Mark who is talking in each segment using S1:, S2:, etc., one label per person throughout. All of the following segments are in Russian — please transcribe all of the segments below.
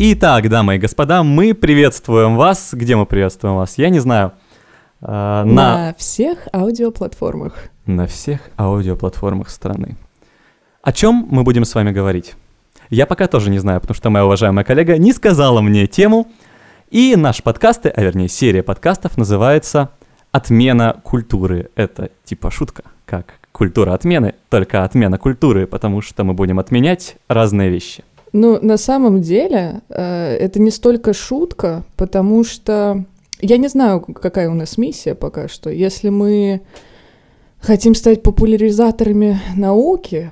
S1: Итак, дамы и господа, мы приветствуем вас. Где мы приветствуем вас? Я не знаю.
S2: На всех аудиоплатформах.
S1: На всех аудиоплатформах страны. О чем мы будем с вами говорить? Я пока тоже не знаю, потому что моя уважаемая коллега не сказала мне тему. И наш подкаст, а вернее серия подкастов называется «Отмена культуры». Это типа шутка, как культура отмены, только отмена культуры, потому что мы будем отменять разные вещи.
S2: Ну, на самом деле, это не столько шутка, потому что я не знаю, какая у нас миссия пока что. Если мы хотим стать популяризаторами науки,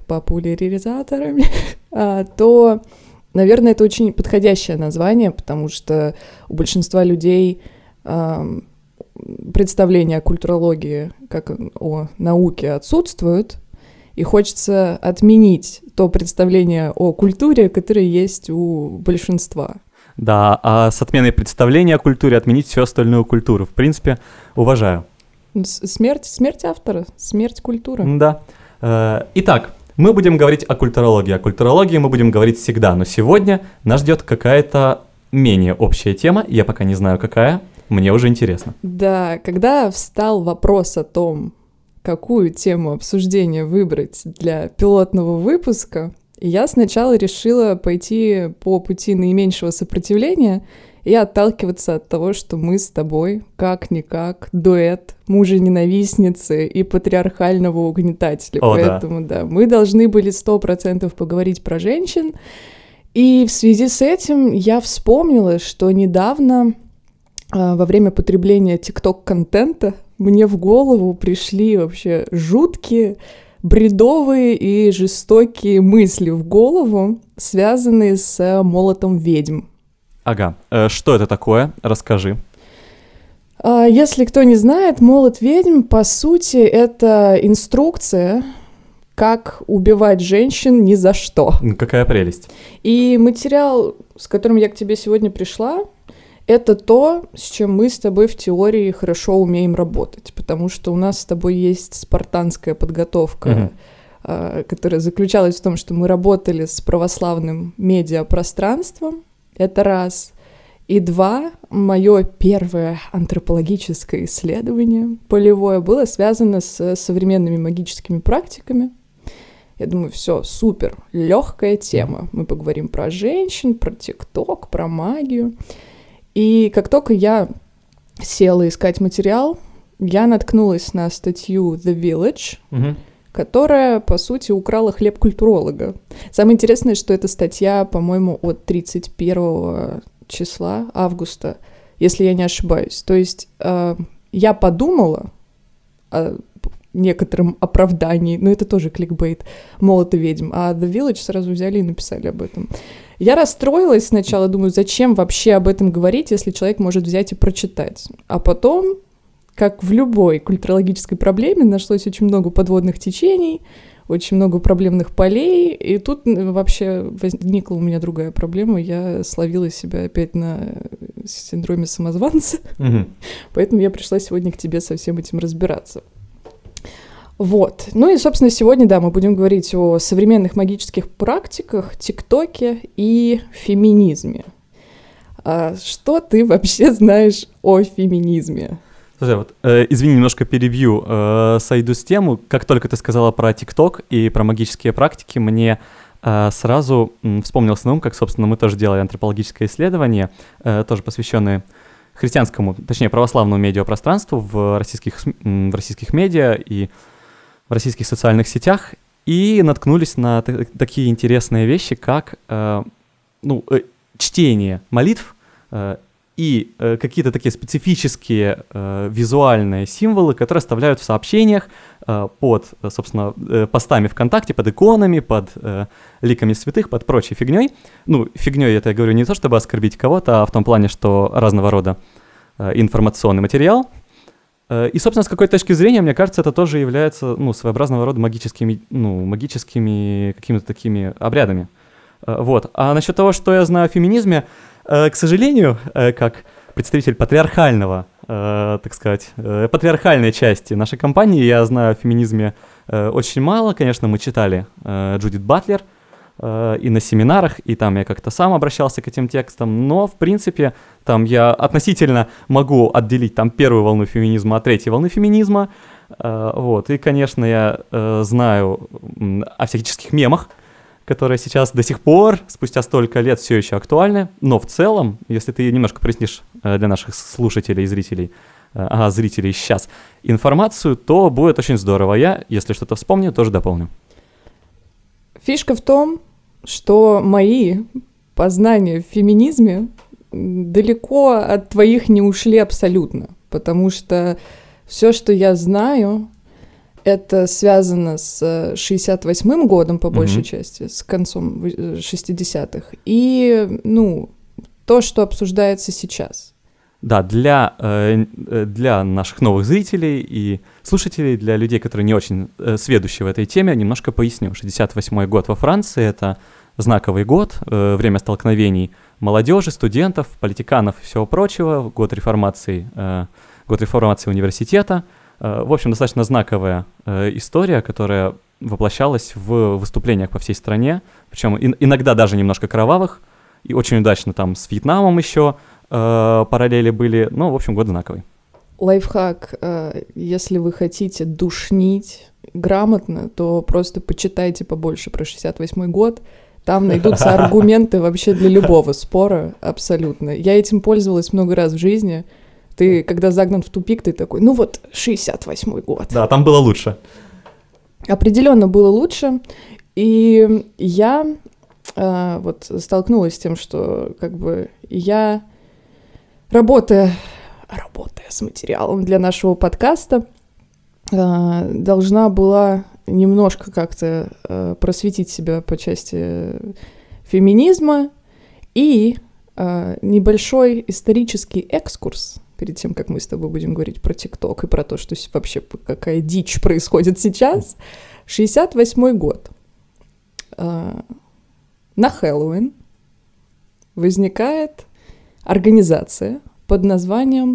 S2: то, наверное, это очень подходящее название, потому что у большинства людей представления о культурологии, как о науке, отсутствуют. И хочется отменить то представление о культуре, которое есть у большинства.
S1: Да, а с отменой представления о культуре отменить всю остальную культуру. В принципе, уважаю.
S2: Смерть автора, смерть культуры.
S1: Да. Итак, мы будем говорить о культурологии. О культурологии мы будем говорить всегда, но сегодня нас ждет какая-то менее общая тема. Я пока не знаю, какая. Мне уже интересно.
S2: Да, когда встал вопрос о том, какую тему обсуждения выбрать для пилотного выпуска, я сначала решила пойти по пути наименьшего сопротивления и отталкиваться от того, что мы с тобой, как-никак, дуэт мужа-ненавистницы и патриархального угнетателя. Поэтому, да, мы должны были 100% поговорить про женщин. И в связи с этим я вспомнила, что недавно во время потребления TikTok-контента мне в голову пришли вообще жуткие, бредовые и жестокие мысли в голову, связанные с молотом ведьм.
S1: Ага. Что это такое? Расскажи.
S2: Если кто не знает, молот ведьм, по сути, это инструкция, как убивать женщин ни за что.
S1: Какая прелесть.
S2: И материал, с которым я к тебе сегодня пришла, это то, с чем мы с тобой в теории хорошо умеем работать, потому что у нас с тобой есть спартанская подготовка, которая заключалась в том, что мы работали с православным медиапространством, это раз. И два, мое первое антропологическое исследование полевое было связано с современными магическими практиками. Я думаю, все, супер, легкая тема. Мы поговорим про женщин, про ТикТок, про магию. И как только я села искать материал, я наткнулась на статью The Village, которая, по сути, украла хлеб культуролога. Самое интересное, что эта статья, по-моему, от 31 числа августа, если я не ошибаюсь. То есть я подумала о некотором оправдании, но это тоже кликбейт, молота ведьм, а The Village сразу взяли и написали об этом. Я расстроилась сначала, думаю, зачем вообще об этом говорить, если человек может взять и прочитать. А потом, как в любой культурологической проблеме, нашлось очень много подводных течений, очень много проблемных полей, и тут вообще возникла у меня другая проблема. Я словила себя опять на синдроме самозванца, поэтому я пришла сегодня к тебе со всем этим разбираться. Вот. Ну и, собственно, сегодня, да, мы будем говорить о современных магических практиках, ТикТоке и феминизме. Что ты вообще знаешь о феминизме?
S1: Слушай, вот, извини, немножко перебью, сойду с тему. Как только ты сказала про ТикТок и про магические практики, мне сразу вспомнился на ум, как, собственно, мы тоже делали антропологическое исследование, тоже посвященное христианскому, точнее, православному медиапространству в российских медиа и в российских социальных сетях, и наткнулись на такие интересные вещи, как чтение молитв и какие-то такие специфические визуальные символы, которые оставляют в сообщениях под, собственно, постами ВКонтакте, под иконами, под ликами святых, под прочей фигней. Ну, фигней это я говорю не то, чтобы оскорбить кого-то, а в том плане, что разного рода информационный материал. И, собственно, с какой-то точки зрения, мне кажется, это тоже является, своеобразного рода магическими какими-то такими обрядами. Вот. А насчет того, что я знаю о феминизме, к сожалению, как представитель патриархального, так сказать, патриархальной части нашей компании, я знаю о феминизме очень мало. Конечно, мы читали Джудит Батлер, и на семинарах, и там я как-то сам обращался к этим текстам, но, в принципе, там я относительно могу отделить там первую волну феминизма от третьей волны феминизма, вот, и, конечно, я знаю о всяческих мемах, которые сейчас до сих пор, спустя столько лет, все еще актуальны, но в целом, если ты немножко прояснишь для наших слушателей и зрителей, зрителей сейчас, информацию, то будет очень здорово. Я, если что-то вспомню, тоже дополню.
S2: Фишка в том, что мои познания в феминизме далеко от твоих не ушли абсолютно, потому что все, что я знаю, это связано с 68-м годом, по большей части, с концом 60-х, и, то, что обсуждается сейчас.
S1: Да, для наших новых зрителей и слушателей, для людей, которые не очень сведущи в этой теме, немножко поясню. 68-й год во Франции — это знаковый год, время столкновений молодежи, студентов, политиканов и всего прочего, год реформации университета. В общем, достаточно знаковая история, которая воплощалась в выступлениях по всей стране, причем иногда даже немножко кровавых, и очень удачно там с Вьетнамом еще параллели были, в общем, год знаковый.
S2: Лайфхак: если вы хотите душнить грамотно, то просто почитайте побольше про 68-й год, там найдутся аргументы вообще для любого спора, абсолютно. Я этим пользовалась много раз в жизни. Ты, когда загнан в тупик, ты такой, 68-й год.
S1: Да, там было лучше.
S2: Определенно было лучше, и я столкнулась с тем, что я, работая с материалом для нашего подкаста, должна была немножко как-то просветить себя по части феминизма и небольшой исторический экскурс перед тем, как мы с тобой будем говорить про ТикТок и про то, что вообще какая дичь происходит сейчас. 68-й год. На Хэллоуин возникает организация под названием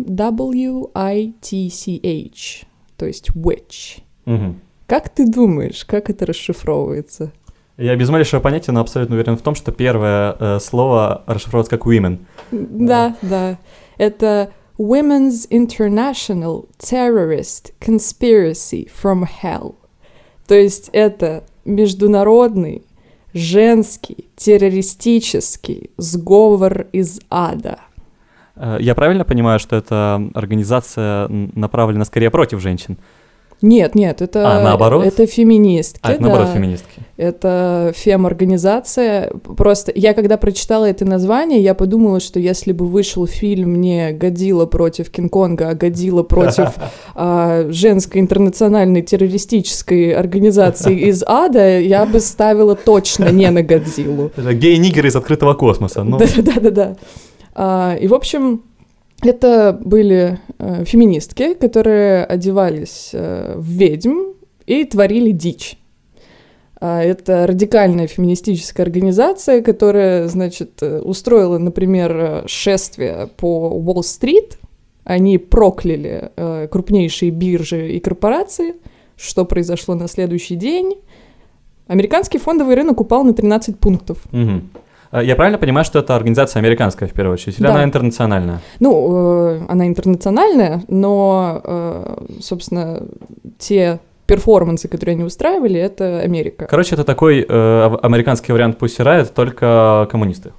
S2: WITCH, то есть Witch.
S1: Угу.
S2: Как ты думаешь, как это расшифровывается?
S1: Я без малейшего понятия, но абсолютно уверен в том, что первое слово расшифровывается как women.
S2: Да. Это Women's International Terrorist Conspiracy from Hell. То есть это международный женский террористический сговор из ада.
S1: Я правильно понимаю, что эта организация направлена скорее против женщин?
S2: Нет, это,
S1: наоборот?
S2: Это феминистки.
S1: Это наоборот феминистки.
S2: Это фем-организация. Просто я когда прочитала это название, я подумала, что если бы вышел фильм не «Годзилла против Кинг-Конга», а «Годзилла против женской интернациональной террористической организации из ада», я бы ставила точно не на «Годзиллу».
S1: Это гей-нигеры из открытого космоса.
S2: Да. И, в общем, это были феминистки, которые одевались в ведьм и творили дичь. Это радикальная феминистическая организация, которая, устроила, например, шествие по Уолл-стрит. Они прокляли крупнейшие биржи и корпорации. Что произошло на следующий день? Американский фондовый рынок упал на 13 пунктов.
S1: Угу. Я правильно понимаю, что это организация американская в первую очередь, или она интернациональная?
S2: Она интернациональная, но, собственно, те перформансы, которые они устраивали, это Америка.
S1: Короче, это такой американский вариант Pussy Riot, только коммунисты.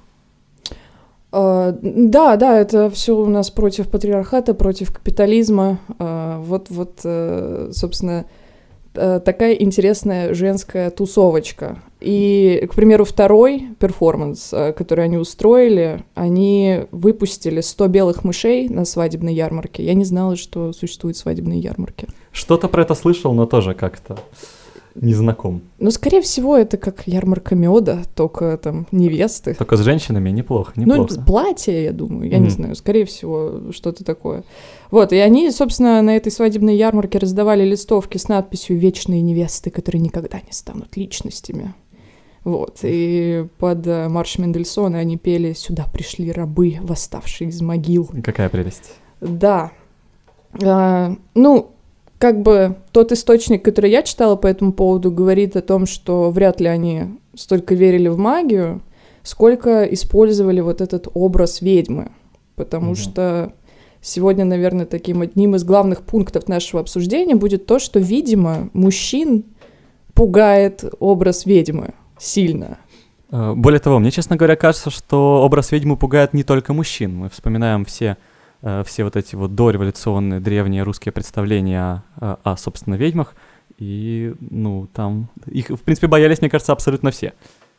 S2: Да, это все у нас против патриархата, против капитализма. Собственно, такая интересная женская тусовочка. И, к примеру, второй перформанс, который они устроили, они выпустили 100 белых мышей на свадебной ярмарке. Я не знала, что существуют свадебные ярмарки.
S1: Что-то про это слышал, но тоже как-то не знаком.
S2: Скорее всего, это как ярмарка меда, только там невесты.
S1: Только с женщинами неплохо.
S2: Платье, я думаю, я не знаю, скорее всего, что-то такое. И они, собственно, на этой свадебной ярмарке раздавали листовки с надписью «Вечные невесты, которые никогда не станут личностями». И под марш Мендельсона они пели «Сюда пришли рабы, восставшие из могил».
S1: Какая прелесть.
S2: Да. Тот источник, который я читала по этому поводу, говорит о том, что вряд ли они столько верили в магию, сколько использовали вот этот образ ведьмы. Потому что сегодня, наверное, таким одним из главных пунктов нашего обсуждения будет то, что, видимо, мужчин пугает образ ведьмы сильно.
S1: Более того, мне, честно говоря, кажется, что образ ведьмы пугает не только мужчин. Мы вспоминаем все вот эти вот дореволюционные древние русские представления о собственно, ведьмах. И, там их, в принципе, боялись, мне кажется, абсолютно все.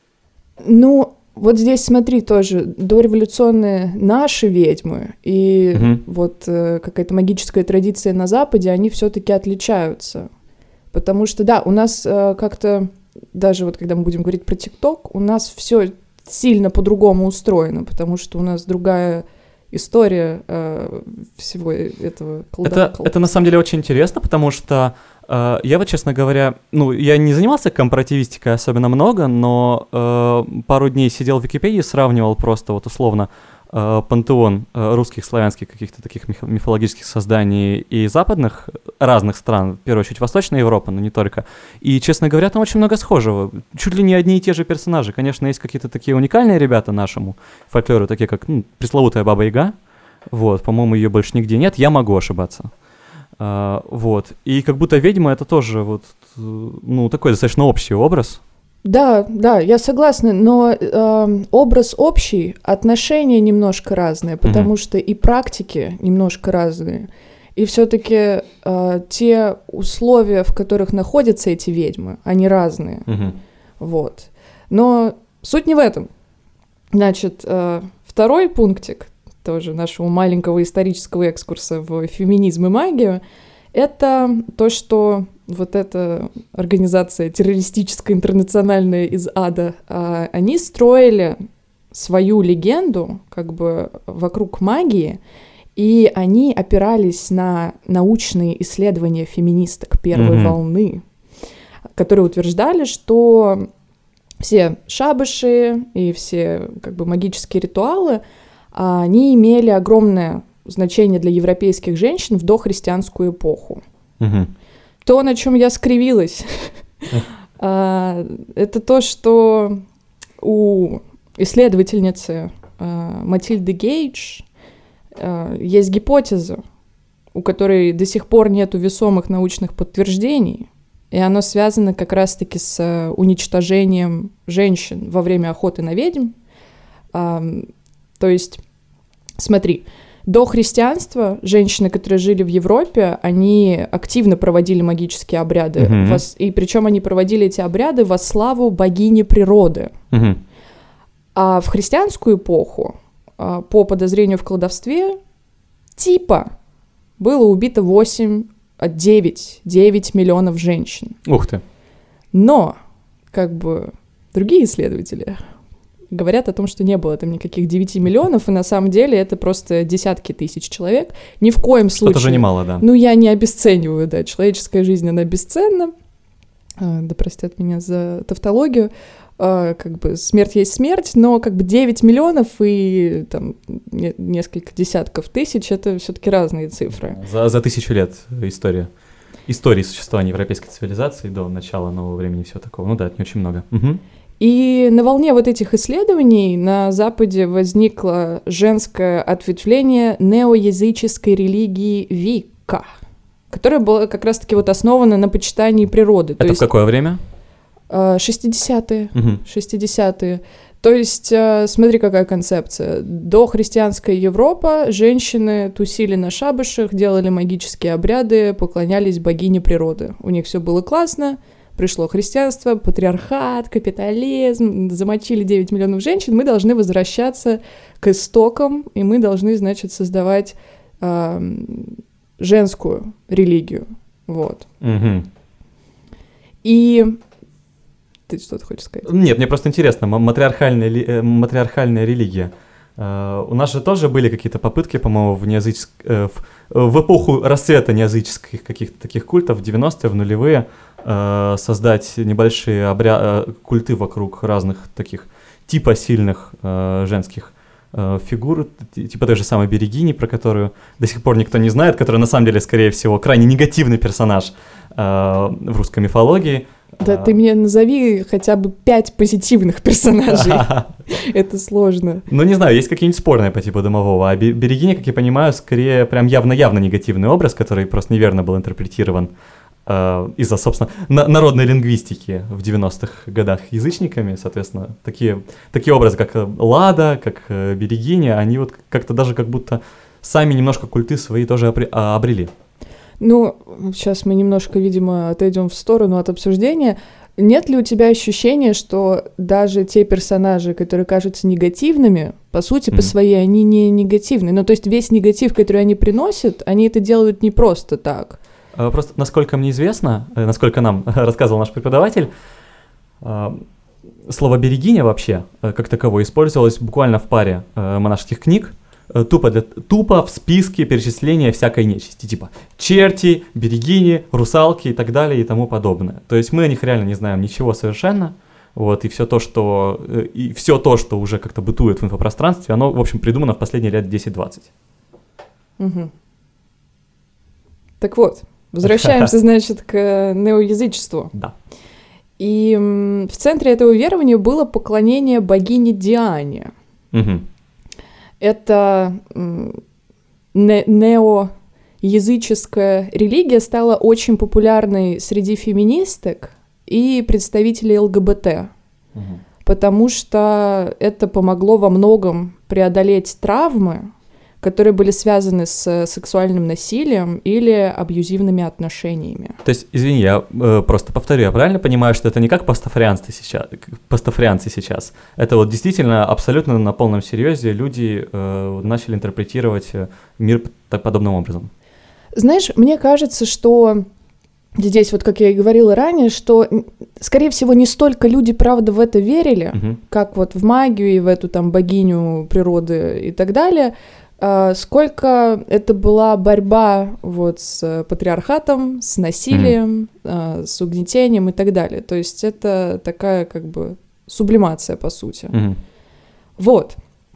S2: Вот здесь, смотри, тоже дореволюционные наши ведьмы и вот какая-то магическая традиция на Западе, они все-таки отличаются. Потому что, да, у нас как-то, даже вот когда мы будем говорить про ТикТок, у нас все сильно по-другому устроено, потому что у нас другая история всего этого колдовства.
S1: Это на самом деле очень интересно, потому что я вот, честно говоря, я не занимался компаративистикой особенно много, но пару дней сидел в Википедии, сравнивал просто вот условно пантеон русских, славянских каких-то таких мифологических созданий и западных разных стран, в первую очередь Восточная Европа, но не только. И, честно говоря, там очень много схожего. Чуть ли не одни и те же персонажи. Конечно, есть какие-то такие уникальные ребята нашему фольклору, такие как пресловутая Баба Яга. Вот, по-моему, ее больше нигде нет. Я могу ошибаться. Вот. И как будто ведьма — это тоже вот, такой достаточно общий образ.
S2: Да, я согласна, но образ общий, отношения немножко разные, потому что и практики немножко разные. И все-таки те условия, в которых находятся эти ведьмы, они разные. Вот. Но суть не в этом. Значит, второй пунктик тоже нашего маленького исторического экскурса в феминизм и магию — это то, что вот эта организация террористическая, интернациональная из ада, они строили свою легенду как бы вокруг магии, и они опирались на научные исследования феминисток первой волны, которые утверждали, что все шабаши и все как бы магические ритуалы, они имели огромное значение для европейских женщин в дохристианскую эпоху. То, на чем я скривилась, это то, что у исследовательницы Матильды Гейдж есть гипотеза, у которой до сих пор нету весомых научных подтверждений, и оно связано как раз-таки с уничтожением женщин во время охоты на ведьм. То есть, смотри, до христианства женщины, которые жили в Европе, они активно проводили магические обряды, и причем они проводили эти обряды во славу богини природы. А в христианскую эпоху, по подозрению в колдовстве, было убито 9 миллионов женщин.
S1: Ух ты!
S2: Но, как бы, другие исследователи говорят о том, что не было там никаких 9 миллионов, и на самом деле это просто десятки тысяч человек. Ни в коем случае...
S1: Что-то же немало, да.
S2: Я не обесцениваю, да, человеческая жизнь, она бесценна. Да простят меня за тавтологию. Как бы смерть есть смерть, но как бы 9 миллионов и там несколько десятков тысяч — это все-таки разные цифры.
S1: За 1000 лет истории существования европейской цивилизации до начала нового времени, всего такого. Это не очень много.
S2: И на волне вот этих исследований на Западе возникло женское ответвление неоязыческой религии Вика, которая была как раз-таки вот основана на почитании природы.
S1: Это в какое время?
S2: 60-е. 60-е. То есть, смотри, какая концепция. Дохристианская Европа, женщины тусили на шабашах, делали магические обряды, поклонялись богине природы. У них все было классно. Пришло христианство, патриархат, капитализм, замочили 9 миллионов женщин, мы должны возвращаться к истокам, и мы должны, значит, создавать женскую религию. Вот. И ты что-то хочешь сказать?
S1: Нет, мне просто интересно, матриархальная религия. У нас же тоже были какие-то попытки, по-моему, в эпоху расцвета неязыческих каких-то таких культов, в 90-е, в нулевые, создать небольшие культы вокруг разных таких типа сильных женских фигур, типа той же самой Берегини, про которую до сих пор никто не знает, которая на самом деле, скорее всего, крайне негативный персонаж в русской мифологии.
S2: Да ты мне назови хотя бы 5 позитивных персонажей. Это сложно.
S1: Ну, не знаю, есть какие-нибудь спорные по типу Домового, а Берегиня, как я понимаю, скорее прям явно-явно негативный образ, который просто неверно был интерпретирован из-за, собственно, народной лингвистики в 90-х годах язычниками, соответственно, такие образы, как Лада, как Берегиня, они вот как-то даже как будто сами немножко культы свои тоже обрели.
S2: Ну, сейчас мы немножко, видимо, отойдем в сторону от обсуждения. Нет ли у тебя ощущения, что даже те персонажи, которые кажутся негативными, по сути, по своей, они не негативны? Ну, то есть весь негатив, который они приносят, они это делают не просто так.
S1: Просто, насколько мне известно, насколько нам рассказывал наш преподаватель, слово «берегиня» вообще, как таковое, использовалось буквально в паре монашеских книг, тупо в списке перечисления всякой нечисти, типа черти, берегини, русалки и так далее и тому подобное. То есть мы о них реально не знаем ничего совершенно, вот, и все то, что уже как-то бытует в инфопространстве, оно, в общем, придумано в последние лет 10-20.
S2: Угу. Так вот, возвращаемся, значит, к неоязычеству.
S1: Да.
S2: И в центре этого верования было поклонение богине Диане.
S1: Угу.
S2: Это неоязыческая религия стала очень популярной среди феминисток и представителей ЛГБТ, потому что это помогло во многом преодолеть травмы, которые были связаны с сексуальным насилием или абьюзивными отношениями.
S1: То есть, извини, я просто повторю, я правильно понимаю, что это не как пастафарианцы сейчас? Это вот действительно абсолютно на полном серьезе люди начали интерпретировать мир подобным образом?
S2: Знаешь, мне кажется, что здесь, вот как я и говорила ранее, что, скорее всего, не столько люди, правда, в это верили, как вот в магию и в эту там богиню природы и так далее, сколько это была борьба вот с патриархатом, с насилием, с угнетением и так далее. То есть это такая как бы сублимация, по сути. Вот.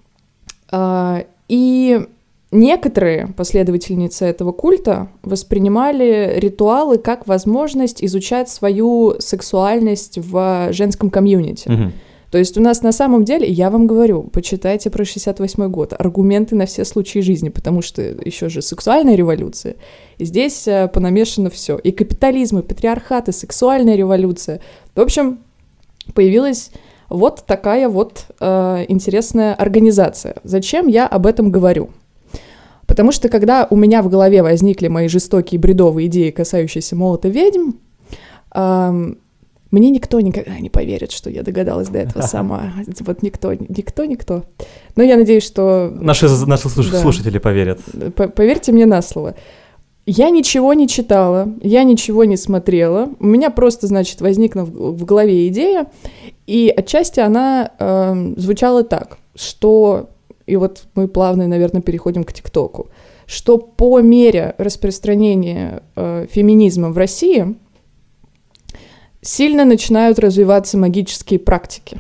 S2: И некоторые последовательницы этого культа воспринимали ритуалы как возможность изучать свою сексуальность в женском комьюнити. То есть у нас на самом деле, я вам говорю, почитайте про 68-й год, аргументы на все случаи жизни, потому что еще же сексуальная революция, и здесь понамешано все. И капитализм, и патриархат, и сексуальная революция. В общем, появилась вот такая вот интересная организация. Зачем я об этом говорю? Потому что когда у меня в голове возникли мои жестокие бредовые идеи, касающиеся молота ведьм, мне никто никогда не поверит, что я догадалась до этого сама. Вот никто. Но я надеюсь, что...
S1: Наши слушатели поверят.
S2: Поверьте мне на слово. Я ничего не читала, я ничего не смотрела. У меня просто, значит, возникла в голове идея, и отчасти она звучала так, что... И вот мы плавно, наверное, переходим к ТикТоку. Что по мере распространения феминизма в России... сильно начинают развиваться магические практики.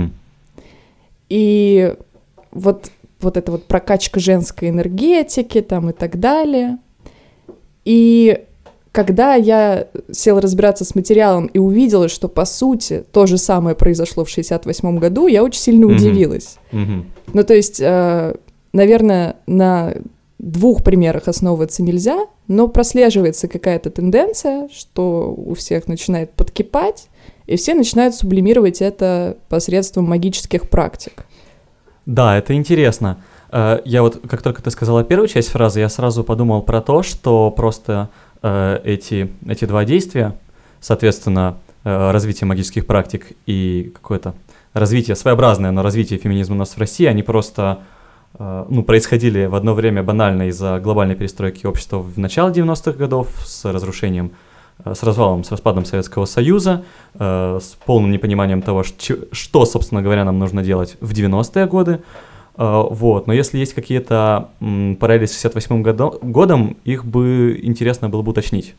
S2: И вот эта вот прокачка женской энергетики там и так далее. И когда я села разбираться с материалом и увидела, что, по сути, то же самое произошло в 68 году, я очень сильно удивилась. Ну, то есть, наверное, на 2 примерах основываться нельзя, но прослеживается какая-то тенденция, что у всех начинает подкипать, и все начинают сублимировать это посредством магических практик.
S1: Да, это интересно. Я вот, как только ты сказала первую часть фразы, я сразу подумал про то, что просто эти 2 действия, соответственно, развитие магических практик и какое-то развитие, своеобразное, но развитие феминизма у нас в России, они просто... происходили в одно время банально из-за глобальной перестройки общества в начале 90-х годов с разрушением, с распадом Советского Союза, с полным непониманием того, что, собственно говоря, нам нужно делать в 90-е годы. Вот. Но если есть какие-то параллели с 68-м годом, их бы интересно было бы уточнить.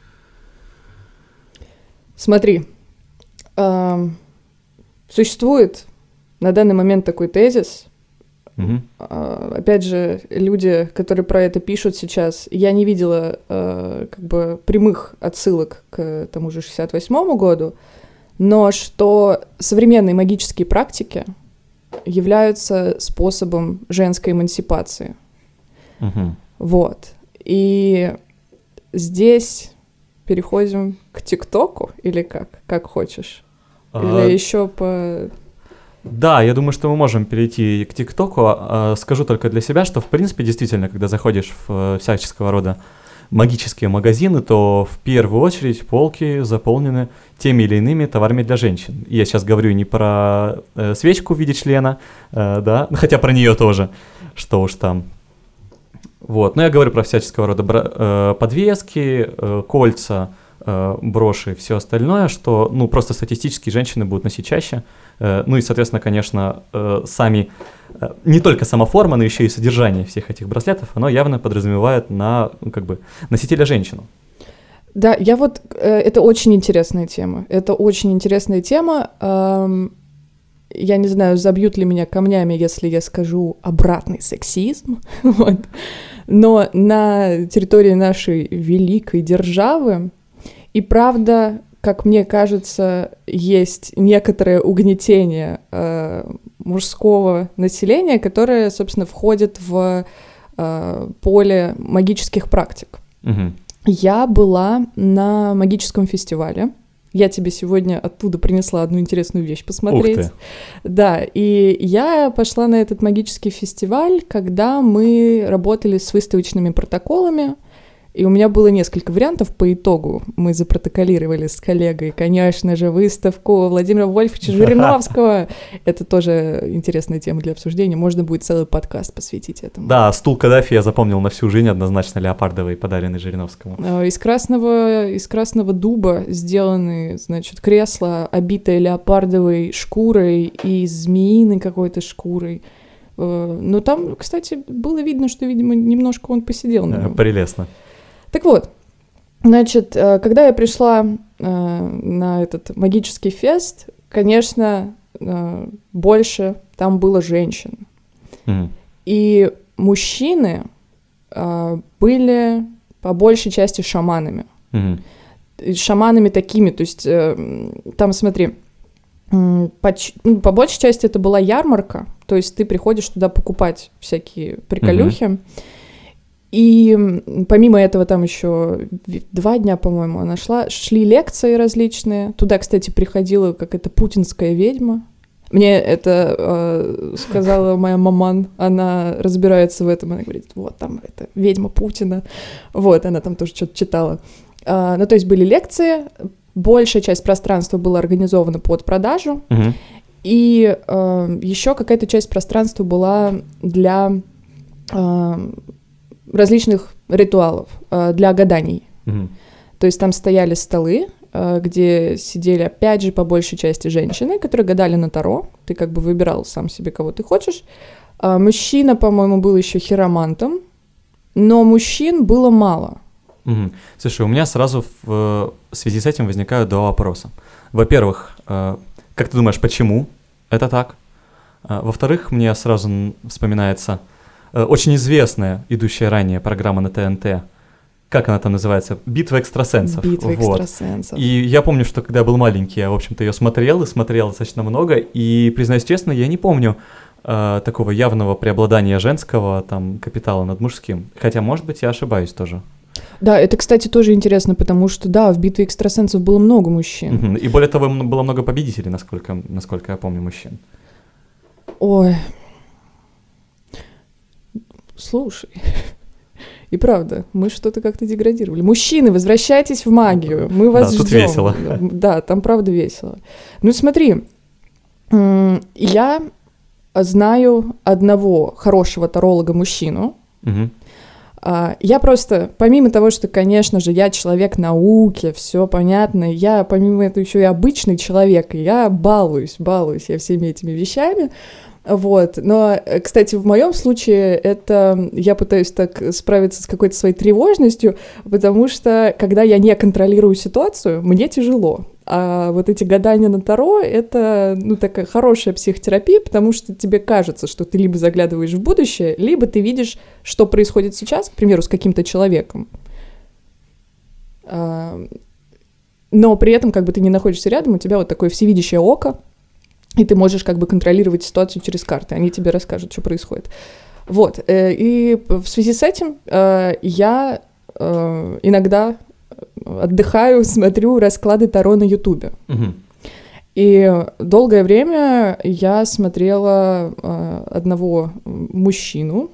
S2: Смотри, существует на данный момент такой тезис, Опять же, люди, которые про это пишут сейчас, я не видела как бы прямых отсылок к тому же 68-му году, но что современные магические практики являются способом женской эмансипации. Вот. И здесь переходим к ТикТоку или как хочешь? Или еще по...
S1: Да, я думаю, что мы можем перейти к ТикТоку. Скажу только для себя, что, в принципе, действительно, когда заходишь в всяческого рода магические магазины, то в первую очередь полки заполнены теми или иными товарами для женщин. Я сейчас говорю не про свечку в виде члена, да, хотя про нее тоже, что уж там. Вот, но я говорю про всяческого рода подвески, кольца, броши, все остальное, что, ну, просто статистически женщины будут носить чаще. Ну и, соответственно, конечно, сами, не только сама форма, но еще и содержание всех этих браслетов, оно явно подразумевает на, ну, как бы, носителя женщину.
S2: Да, я вот, это очень интересная тема. Это очень интересная тема. Я не знаю, забьют ли меня камнями, если я скажу обратный сексизм. Вот. Но на территории нашей великой державы и правда, как мне кажется, есть некоторое угнетение мужского населения, которое, собственно, входит в поле магических практик. Я была на магическом фестивале. Я тебе сегодня оттуда принесла одну интересную вещь посмотреть.
S1: Ух ты.
S2: Да, и я пошла на этот магический фестиваль, когда мы работали с выставочными протоколами. И у меня было несколько вариантов по итогу. Мы запротоколировали с коллегой, конечно же, выставку Владимира Вольфовича Жириновского. Это тоже интересная тема для обсуждения. Можно будет целый подкаст посвятить этому.
S1: Да, стул Каддафи я запомнил на всю жизнь, однозначно леопардовый, подаренный Жириновскому.
S2: Из красного дуба сделаны, значит, кресла, обитые леопардовой шкурой и змеиной какой-то шкурой. Но там, кстати, было видно, что, видимо, немножко он посидел на нем.
S1: Прелестно.
S2: Так вот, значит, когда я пришла на этот магический фест, конечно, больше там было женщин. И мужчины были по большей части шаманами. Шаманами такими, то есть там, смотри, по большей части это была ярмарка, то есть ты приходишь туда покупать всякие приколюхи. И помимо этого там еще 2 дня, по-моему, она шли лекции различные. Туда, кстати, приходила какая-то путинская ведьма. Мне это сказала моя маман, она разбирается в этом, она говорит, вот там это ведьма Путина. Вот, она там тоже что-то читала. Ну, то есть были лекции, большая часть пространства была организована под продажу, и еще какая-то часть пространства была для... различных ритуалов для гаданий. То есть там стояли столы, где сидели, опять же, по большей части женщины, которые гадали на таро. Ты как бы выбирал сам себе, кого ты хочешь. Мужчина, по-моему, был еще хиромантом, но мужчин было мало.
S1: Слушай, у меня сразу в связи с этим возникают 2 вопроса. Во-первых, как ты думаешь, почему это так? Во-вторых, мне сразу вспоминается... очень известная, идущая ранее программа на ТНТ. Как она там называется? «Битва экстрасенсов».
S2: «Битва экстрасенсов».
S1: И я помню, что когда я был маленький, я, в общем-то, ее смотрел достаточно много. И, признаюсь честно, я не помню такого явного преобладания женского там капитала над мужским. Хотя, может быть, я ошибаюсь тоже.
S2: Да, это, кстати, тоже интересно, потому что, да, в «Битве экстрасенсов» было много мужчин.
S1: И более того, было много победителей, насколько я помню, мужчин.
S2: Ой... Слушай, и правда, мы что-то как-то деградировали. Мужчины, возвращайтесь в магию, мы вас ждем.
S1: Да, тут весело.
S2: Да, там правда весело. Ну смотри, я знаю одного хорошего таролога-мужчину. Я просто, помимо того, что, конечно же, я человек науки, все понятно, я помимо этого еще и обычный человек, и я балуюсь я всеми этими вещами. Вот. Но, кстати, в моем случае это я пытаюсь так справиться с какой-то своей тревожностью, потому что, когда я не контролирую ситуацию, мне тяжело. А вот эти гадания на Таро — это, ну, такая хорошая психотерапия, потому что тебе кажется, что ты либо заглядываешь в будущее, либо ты видишь, что происходит сейчас, к примеру, с каким-то человеком. Но при этом как бы ты не находишься рядом, у тебя вот такое всевидящее око, и ты можешь как бы контролировать ситуацию через карты, они тебе расскажут, что происходит. Вот, и в связи с этим я иногда отдыхаю, смотрю расклады Таро на Ютубе. И долгое время я смотрела одного мужчину.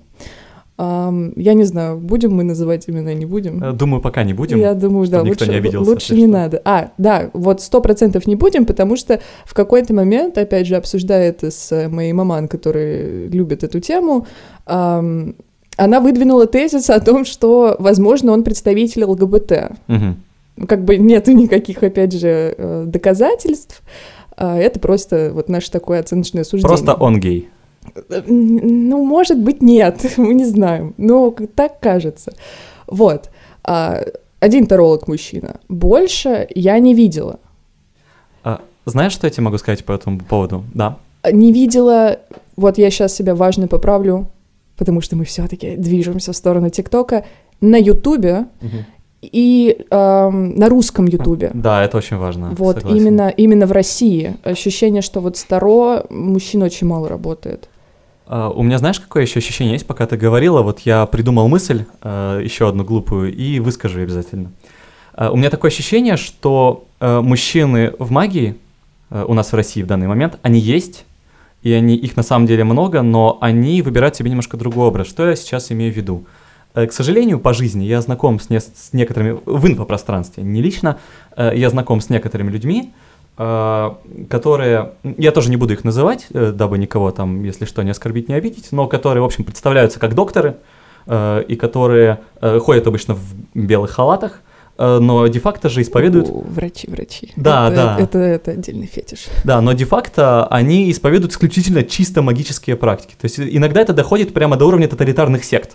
S2: Я не знаю, будем мы называть имена, не будем?
S1: Думаю, пока не будем.
S2: Я думаю, да,
S1: никто не обиделся,
S2: лучше не надо. Да, вот 100% не будем, потому что в какой-то момент, опять же, обсуждая это с моей маман, которая любит эту тему, она выдвинула тезис о том, что, возможно, он представитель ЛГБТ. Как бы нету никаких, опять же, доказательств. Это просто вот наше такое оценочное суждение.
S1: Просто он гей.
S2: Ну, может быть, нет, мы не знаем, но так кажется. Вот. Один таролог-мужчина. Больше я не видела.
S1: Знаешь, что я тебе могу сказать по этому поводу? Да.
S2: Не видела, вот я сейчас себя важно поправлю, потому что мы все-таки движемся в сторону ТикТока, на Ютубе и на русском Ютубе.
S1: Да, это очень важно.
S2: Вот, именно в России. Ощущение, что вот с Таро мужчин очень мало работает.
S1: У меня, знаешь, какое еще ощущение есть, пока ты говорила? Вот я придумал мысль, еще одну глупую, и выскажу ее обязательно. У меня такое ощущение, что мужчины в магии у нас в России в данный момент, они есть, и их на самом деле много, но они выбирают себе немножко другой образ. Что я сейчас имею в виду? К сожалению, по жизни я знаком с некоторыми, в инфопространстве, не лично, я знаком с некоторыми людьми, которые, я тоже не буду их называть, дабы никого там, если что, не оскорбить, не обидеть, но которые, в общем, представляются как докторы, и которые ходят обычно в белых халатах, но де-факто же исповедуют...
S2: Врачи.
S1: Да.
S2: Это отдельный фетиш.
S1: Да, но де-факто они исповедуют исключительно чисто магические практики. То есть иногда это доходит прямо до уровня тоталитарных сект.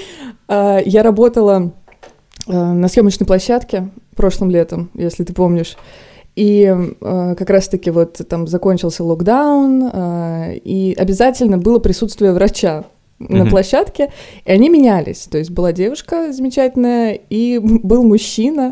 S2: Я работала на съемочной площадке прошлым летом, если ты помнишь. И как раз-таки вот там закончился локдаун, и обязательно было присутствие врача на площадке, и они менялись. То есть была девушка замечательная, и был мужчина,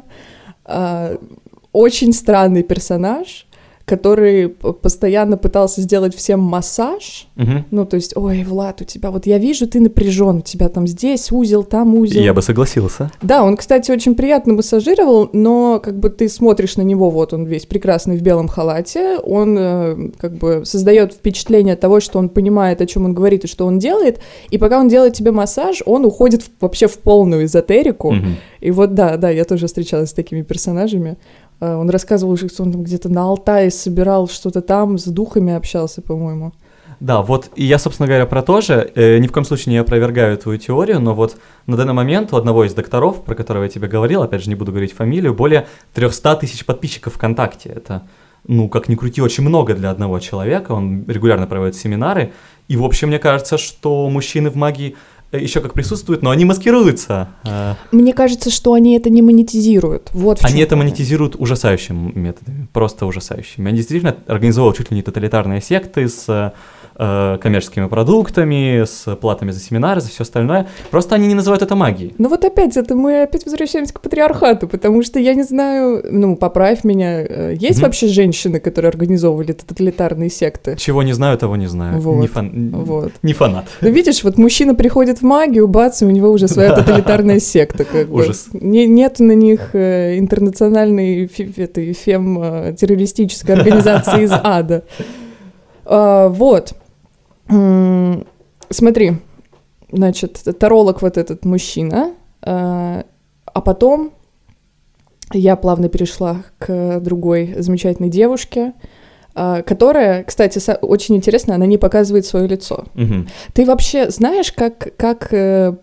S2: очень странный персонаж, который постоянно пытался сделать всем массаж. Ну, то есть, ой, Влад, у тебя, вот я вижу, ты напряжен, у тебя там здесь узел, там узел.
S1: Я бы согласился.
S2: Да, он, кстати, очень приятно массажировал, но как бы ты смотришь на него, вот он весь прекрасный в белом халате, он как бы создает впечатление того, что он понимает, о чем он говорит и что он делает, и пока он делает тебе массаж, он уходит вообще в полную эзотерику. И вот да, я тоже встречалась с такими персонажами. Он рассказывал, что он там где-то на Алтае собирал что-то там, с духами общался, по-моему.
S1: Да, вот, и я, собственно говоря, про то же, ни в коем случае не опровергаю твою теорию, но вот на данный момент у одного из докторов, про которого я тебе говорил, опять же, не буду говорить фамилию, более 300 тысяч подписчиков ВКонтакте. Это, ну, как ни крути, очень много для одного человека, он регулярно проводит семинары, и, в общем, мне кажется, что мужчины в магии еще как присутствуют, но они маскируются.
S2: Мне кажется, что они это не монетизируют. Вот в чем
S1: они это монетизируют ужасающими методами, просто ужасающими. Они действительно организовывают чуть ли не тоталитарные секты с коммерческими продуктами, с платами за семинары, за все остальное. Просто они не называют это магией.
S2: Ну вот опять мы опять возвращаемся к патриархату, потому что я не знаю, ну поправь меня, есть вообще женщины, которые организовывали тоталитарные секты?
S1: Чего не знаю, того не знаю.
S2: Вот.
S1: Не фанат.
S2: Ну видишь, вот мужчина приходит в магию, бац, и у него уже своя тоталитарная секта.
S1: Ужас.
S2: Нет на них интернациональной фем-террористической организации из ада. Вот. Смотри, значит, таролог вот этот мужчина, а потом я плавно перешла к другой замечательной девушке, которая, кстати, очень интересно, она не показывает свое лицо. Ты вообще знаешь, как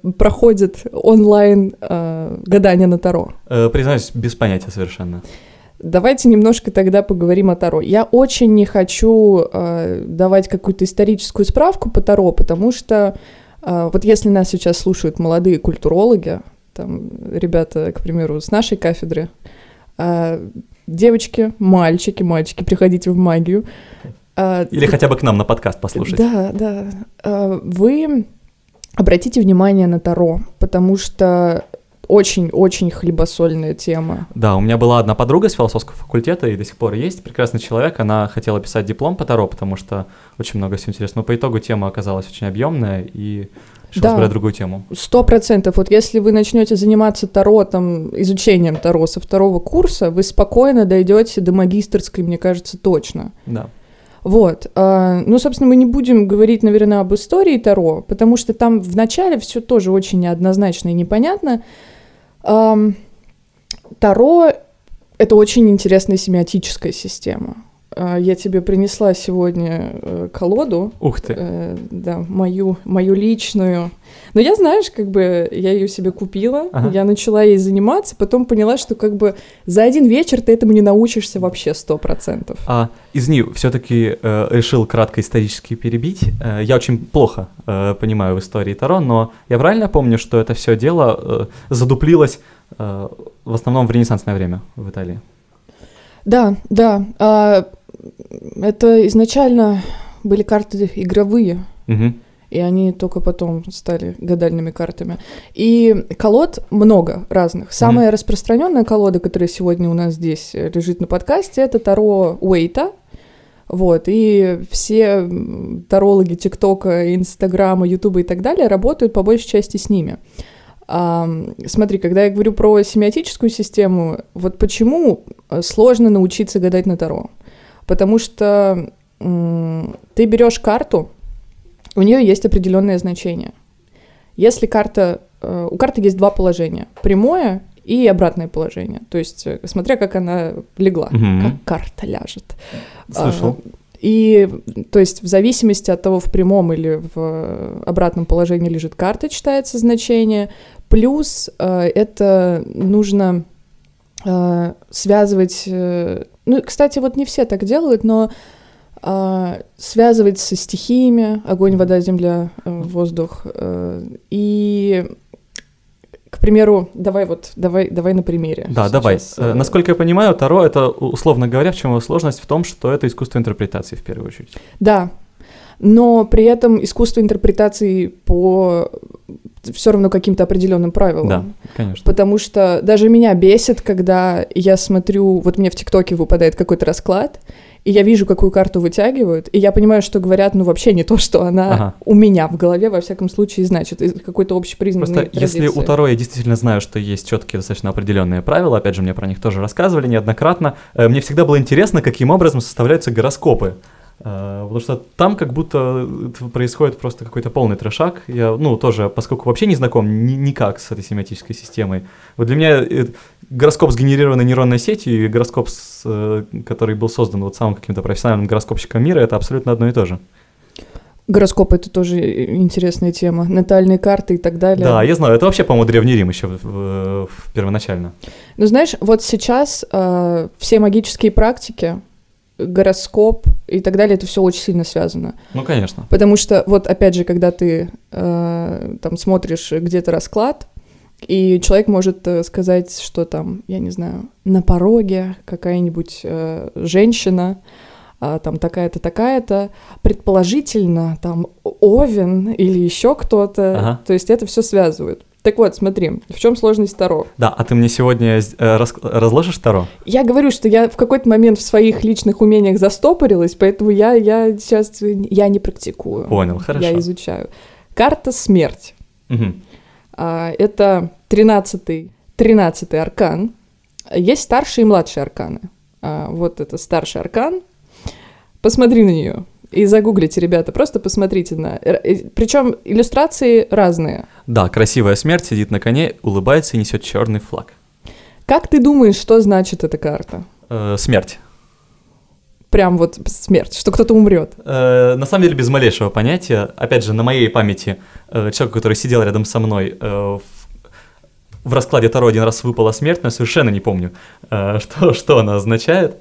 S2: проходит онлайн гадание на Таро?
S1: Признаюсь, без понятия совершенно.
S2: Давайте немножко тогда поговорим о Таро. Я очень не хочу давать какую-то историческую справку по Таро, потому что вот если нас сейчас слушают молодые культурологи, там ребята, к примеру, с нашей кафедры, девочки, мальчики, приходите в магию.
S1: Или хотя бы к нам на подкаст послушать.
S2: Да. Вы обратите внимание на Таро, потому что очень-очень хлебосольная тема.
S1: Да, у меня была одна подруга с философского факультета, и до сих пор есть прекрасный человек. Она хотела писать диплом по Таро, потому что очень много всего интересного. Но по итогу тема оказалась очень объемная, и решила брать другую тему.
S2: 100%. Вот если вы начнете заниматься Таро, изучением Таро со 2 курса, вы спокойно дойдете до магистерской, мне кажется, точно.
S1: Да.
S2: Вот. Собственно, мы не будем говорить, наверное, об истории Таро, потому что там в начале все тоже очень неоднозначно и непонятно. Таро — это очень интересная семиотическая система. Я тебе принесла сегодня колоду.
S1: Ух ты!
S2: Да, мою личную. Но я, знаешь, я ее себе купила, я начала ей заниматься, потом поняла, что за один вечер ты этому не научишься вообще 100%.
S1: Извини, все-таки решил кратко исторически перебить. Я очень плохо понимаю в истории Таро, но я правильно помню, что это все дело задуплилось в основном в ренессансное время в Италии? Да.
S2: Это изначально были карты игровые,
S1: и
S2: они только потом стали гадальными картами. И колод много разных. Самая распространенная колода, которая сегодня у нас здесь лежит на подкасте, это Таро Уэйта. Вот, и все тарологи ТикТока, Инстаграма, Ютуба и так далее работают по большей части с ними. Смотри, когда я говорю про семиотическую систему, вот почему сложно научиться гадать на Таро? Потому что ты берешь карту, у нее есть определенное значение. Если у карты есть 2 положения, прямое и обратное положение, то есть смотря как она легла, как карта ляжет.
S1: Слышал.
S2: И, то есть, в зависимости от того, в прямом или в обратном положении лежит карта, читается значение, плюс это нужно связывать... кстати, вот не все так делают, но связывать со стихиями: огонь, вода, земля, воздух. И, к примеру, давай на примере.
S1: Да, сейчас. Давай. Насколько я понимаю, Таро — это, условно говоря, в чем его сложность? В том, что это искусство интерпретации, в первую очередь.
S2: Да, но при этом искусство интерпретации по все равно каким-то определенным правилам.
S1: Да, конечно.
S2: Потому что даже меня бесит, когда я смотрю, вот мне в ТикТоке выпадает какой-то расклад, и я вижу, какую карту вытягивают, и я понимаю, что говорят, вообще не то, что она у меня в голове, во всяком случае, значит, из какой-то общепризнанной
S1: традиции. Если у Таро я действительно знаю, что есть четкие, достаточно определенные правила, опять же, мне про них тоже рассказывали неоднократно, мне всегда было интересно, каким образом составляются гороскопы. Потому что там как будто происходит просто какой-то полный трешак. Я, тоже, поскольку вообще не знаком никак с этой семиотической системой, вот для меня гороскоп, сгенерированный нейронной сетью, и гороскоп, который был создан вот самым каким-то профессиональным гороскопщиком мира, это абсолютно одно и то же.
S2: Гороскоп — это тоже интересная тема, натальные карты и так далее.
S1: Да, я знаю, это вообще, по-моему, Древний Рим еще первоначально.
S2: Знаешь, вот сейчас все магические практики, гороскоп и так далее, это все очень сильно связано.
S1: Конечно.
S2: Потому что, вот опять же, когда ты там смотришь где-то расклад, и человек может сказать, что там, я не знаю, на пороге какая-нибудь женщина, там такая-то, такая-то, предположительно, там Овен или еще кто-то, то есть это все связывают. Так вот, смотри, в чем сложность Таро?
S1: Да, а ты мне сегодня разложишь Таро?
S2: Я говорю, что я в какой-то момент в своих личных умениях застопорилась, поэтому я сейчас не практикую.
S1: Понял, хорошо.
S2: Я изучаю. Карта смерть.
S1: Угу.
S2: Это 13-й аркан. Есть старшие и младшие арканы. Вот это старший аркан. Посмотри на нее. И загуглите, ребята, просто посмотрите на... Причем иллюстрации разные.
S1: Да, красивая смерть сидит на коне, улыбается и несет черный флаг.
S2: Как ты думаешь, что значит эта карта?
S1: Смерть.
S2: Прям вот смерть, что кто-то умрет.
S1: На самом деле без малейшего понятия. Опять же, на моей памяти человек, который сидел рядом со мной в раскладе Таро один раз выпала смерть, но я совершенно не помню, что она означает.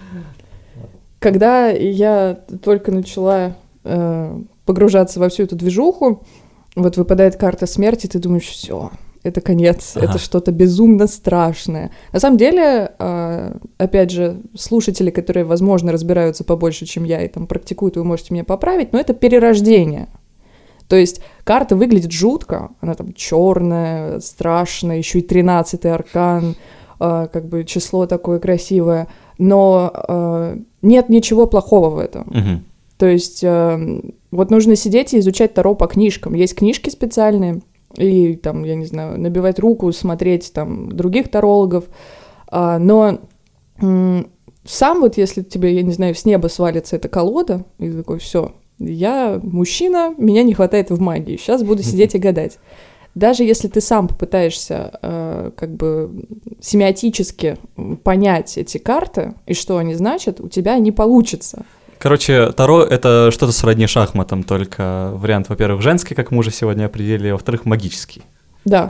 S2: Когда я только начала погружаться во всю эту движуху, вот выпадает карта смерти, ты думаешь, все, это конец, это что-то безумно страшное. На самом деле, опять же, слушатели, которые, возможно, разбираются побольше, чем я, и там практикуют, вы можете меня поправить, но это перерождение. То есть карта выглядит жутко, она там черная, страшная, еще и 13-й аркан, как бы число такое красивое, но нет ничего плохого в этом. То есть вот нужно сидеть и изучать Таро по книжкам. Есть книжки специальные, и там, я не знаю, набивать руку, смотреть там других тарологов, но сам вот если тебе, я не знаю, с неба свалится эта колода, и ты такой, все, я мужчина, меня не хватает в магии, сейчас буду сидеть и гадать. Даже если ты сам попытаешься как бы семиотически понять эти карты и что они значат, у тебя не получится.
S1: Короче, Таро — это что-то сродни шахматам, только вариант, во-первых, женский, как мы уже сегодня определили, а во-вторых, магический.
S2: Да.